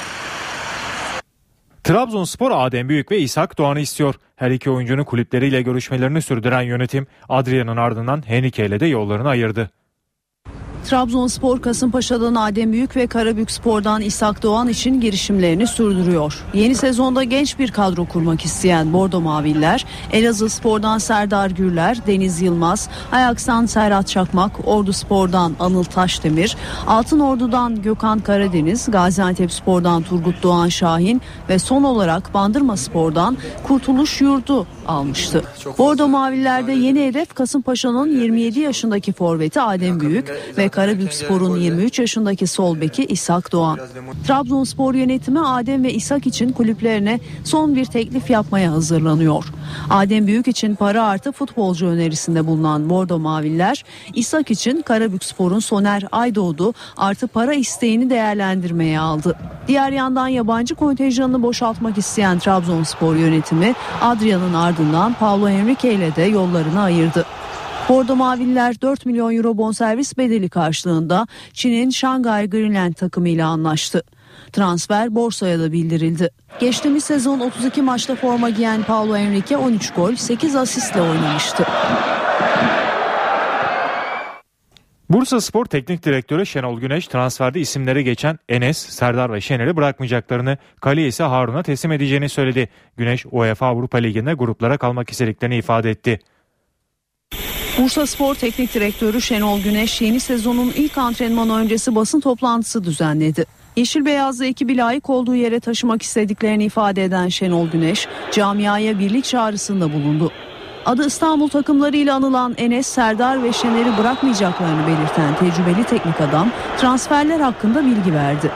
Trabzonspor Adem Büyük ve İshak Doğan'ı istiyor. Her iki oyuncunun kulüpleriyle görüşmelerini sürdüren yönetim Adrian'ın ardından Henrique ile de yollarını ayırdı. Trabzonspor Kasımpaşa'dan Adem Büyük ve Karabükspor'dan İshak Doğan için girişimlerini sürdürüyor. Yeni sezonda genç bir kadro kurmak isteyen Bordo Maviller, Elazığspor'dan Serdar Gürler, Deniz Yılmaz, Ajax'tan Serhat Çakmak, Orduspor'dan Anıl Taşdemir, Altınordu'dan Gökhan Karadeniz, Gaziantepspor'dan Turgut Doğan Şahin ve son olarak Bandırmaspor'dan Kurtuluş Yurdu almıştı. Bordo Mavillerde yeni hedef Kasımpaşa'nın 27 yaşındaki forveti Adem Büyük ve Karabükspor'un 23 yaşındaki sol beki İshak Doğan. Trabzonspor yönetimi Adem ve İshak için kulüplerine son bir teklif yapmaya hazırlanıyor. Adem Büyük için para artı futbolcu önerisinde bulunan Bordo Maviller, İshak için Karabükspor'un Soner Aydoğdu artı para isteğini değerlendirmeye aldı. Diğer yandan yabancı kontenjanını boşaltmak isteyen Trabzonspor yönetimi Adrian'ın ardından Paulo Henrique ile de yollarını ayırdı. Bordo Maviller 4 milyon euro bonservis bedeli karşılığında Çin'in Shanghai Greenland takımıyla anlaştı. Transfer borsaya da bildirildi. Geçtiğimiz sezon 32 maçta forma giyen Paulo Henrique 13 gol 8 asistle oynamıştı. Bursaspor Teknik Direktörü Şenol Güneş transferde isimleri geçen Enes, Serdar ve Şener'i bırakmayacaklarını, kaleyi ise Harun'a teslim edeceğini söyledi. Güneş UEFA Avrupa Ligi'nde gruplara kalmak istediklerini ifade etti. Bursaspor Teknik Direktörü Şenol Güneş yeni sezonun ilk antrenmanı öncesi basın toplantısı düzenledi. Yeşil Beyazlı ekibi layık olduğu yere taşımak istediklerini ifade eden Şenol Güneş, camiaya birlik çağrısında bulundu. Adı İstanbul takımlarıyla anılan Enes, Serdar ve Şener'i bırakmayacaklarını belirten tecrübeli teknik adam transferler hakkında bilgi verdi.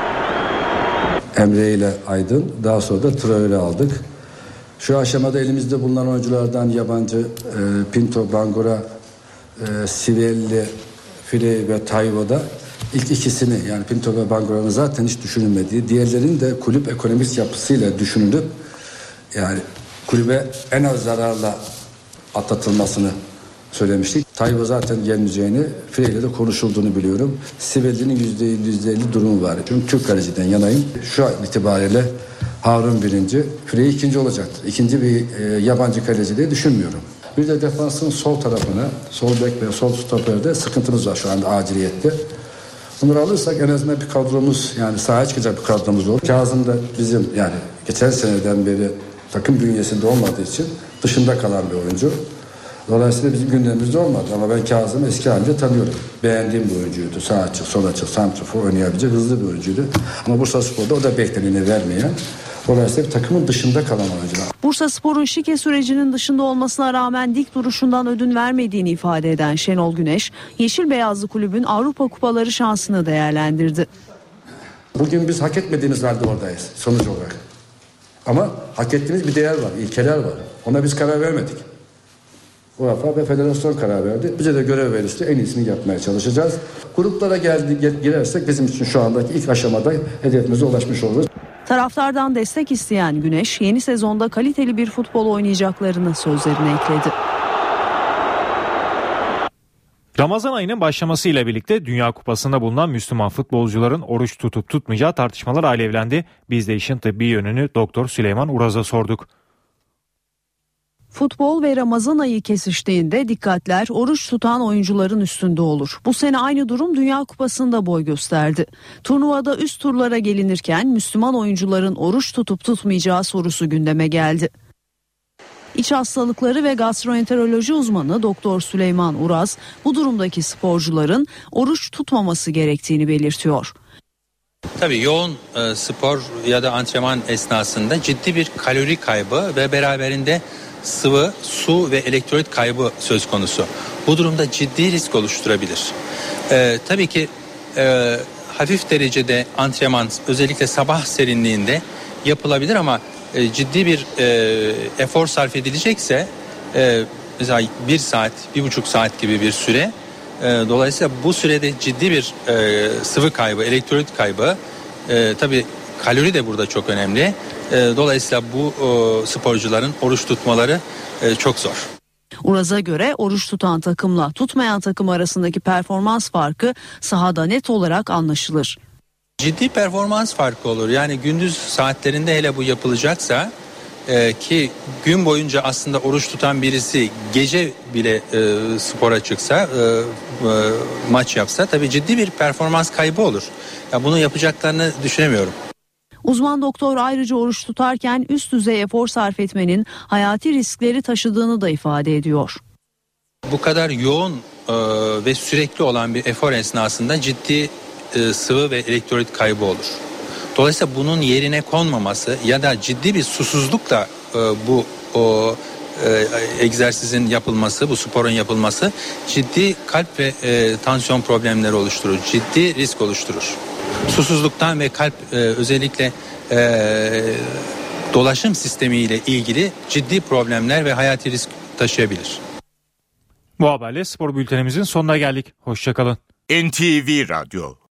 Emre ile Aydın, daha sonra da Traoré aldık. Şu aşamada elimizde bulunan oyunculardan yabancı Pinto, Bangura, Sivelli, Frey ve Tayvo'da ilk ikisini, yani Pinto ve Bangura'nın zaten hiç düşünülmediği, diğerlerinin de kulüp ekonomik yapısıyla düşünülüp yani kulübe en az zararla atlatılmasını söylemiştik. Tayvo zaten gelmeyeceğini, Frey ile de konuşulduğunu biliyorum. Sivelli'nin %50 durumu var. Çünkü Türk kaleciden yanayım. Şu an itibariyle Harun birinci, Frey ikinci olacaktır. İkinci bir yabancı kaleci diye düşünmüyorum. Bir de defansın sol tarafına, sol bek ve sol stoperde sıkıntımız var şu anda aciliyette. Bunları alırsak en azından bir kadromuz, yani sahaya çıkacak bir kadromuz olur. Kazım da bizim yani geçen seneden beri takım bünyesinde olmadığı için dışında kalan bir oyuncu. Dolayısıyla bizim gündemimizde olmadı ama ben Kazım'ı eski halinde tanıyorum. Beğendiğim bir oyuncuydu. Sağ açık, sol açık, santrafor oynayabilecek hızlı bir oyuncuydu. Ama Bursaspor'da o da bekleneni vermeyen, dolayısıyla bir takımın dışında kalan oyuncular. Bursaspor'un şike sürecinin dışında olmasına rağmen dik duruşundan ödün vermediğini ifade eden Şenol Güneş, Yeşil Beyazlı kulübün Avrupa Kupaları şansını değerlendirdi. Bugün biz hak etmediğimiz halde oradayız sonuç olarak. Ama hak ettiğimiz bir değer var, ilkeler var. Ona biz karar vermedik. UEFA ve federasyon karar verdi. Bize de görev verirse en iyisini yapmaya çalışacağız. Gruplara girersek bizim için şu andaki ilk aşamada hedefimize ulaşmış oluruz. Taraftardan destek isteyen Güneş, yeni sezonda kaliteli bir futbol oynayacaklarını sözlerine ekledi. Ramazan ayının başlamasıyla birlikte Dünya Kupası'nda bulunan Müslüman futbolcuların oruç tutup tutmayacağı tartışmalar alevlendi. Biz de işin tıbbi yönünü Doktor Süleyman Uraz'a sorduk. Futbol ve Ramazan ayı kesiştiğinde dikkatler oruç tutan oyuncuların üstünde olur. Bu sene aynı durum Dünya Kupası'nda boy gösterdi. Turnuvada üst turlara gelinirken Müslüman oyuncuların oruç tutup tutmayacağı sorusu gündeme geldi. İç hastalıkları ve gastroenteroloji uzmanı Doktor Süleyman Uraz bu durumdaki sporcuların oruç tutmaması gerektiğini belirtiyor. Tabii yoğun spor ya da antrenman esnasında ciddi bir kalori kaybı ve beraberinde sıvı, su ve elektrolit kaybı söz konusu. Bu durumda ciddi risk oluşturabilir. Tabii ki hafif derecede antrenman özellikle sabah serinliğinde yapılabilir ama ciddi bir efor sarf edilecekse mesela 1 saat, 1,5 saat gibi bir süre. Dolayısıyla bu sürede ciddi bir sıvı kaybı, elektrolit kaybı, tabii kalori de burada çok önemli. Dolayısıyla bu sporcuların oruç tutmaları çok zor. Uraz'a göre oruç tutan takımla tutmayan takım arasındaki performans farkı sahada net olarak anlaşılır. Ciddi performans farkı olur. Yani gündüz saatlerinde hele bu yapılacaksa ki gün boyunca aslında oruç tutan birisi gece bile spora çıksa, maç yapsa tabii ciddi bir performans kaybı olur. Ya bunu yapacaklarını düşünemiyorum. Uzman doktor ayrıca oruç tutarken üst düzey efor sarf etmenin hayati riskleri taşıdığını da ifade ediyor. Bu kadar yoğun ve sürekli olan bir efor esnasında ciddi sıvı ve elektrolit kaybı olur. Dolayısıyla bunun yerine konmaması ya da ciddi bir susuzlukla bu egzersizin yapılması, bu sporun yapılması ciddi kalp ve tansiyon problemleri oluşturur. Ciddi risk oluşturur. Susuzluktan ve kalp özellikle dolaşım sistemiyle ilgili ciddi problemler ve hayati risk taşıyabilir. Bu haberle spor bültenimizin sonuna geldik. Hoşça kalın. NTV Radyo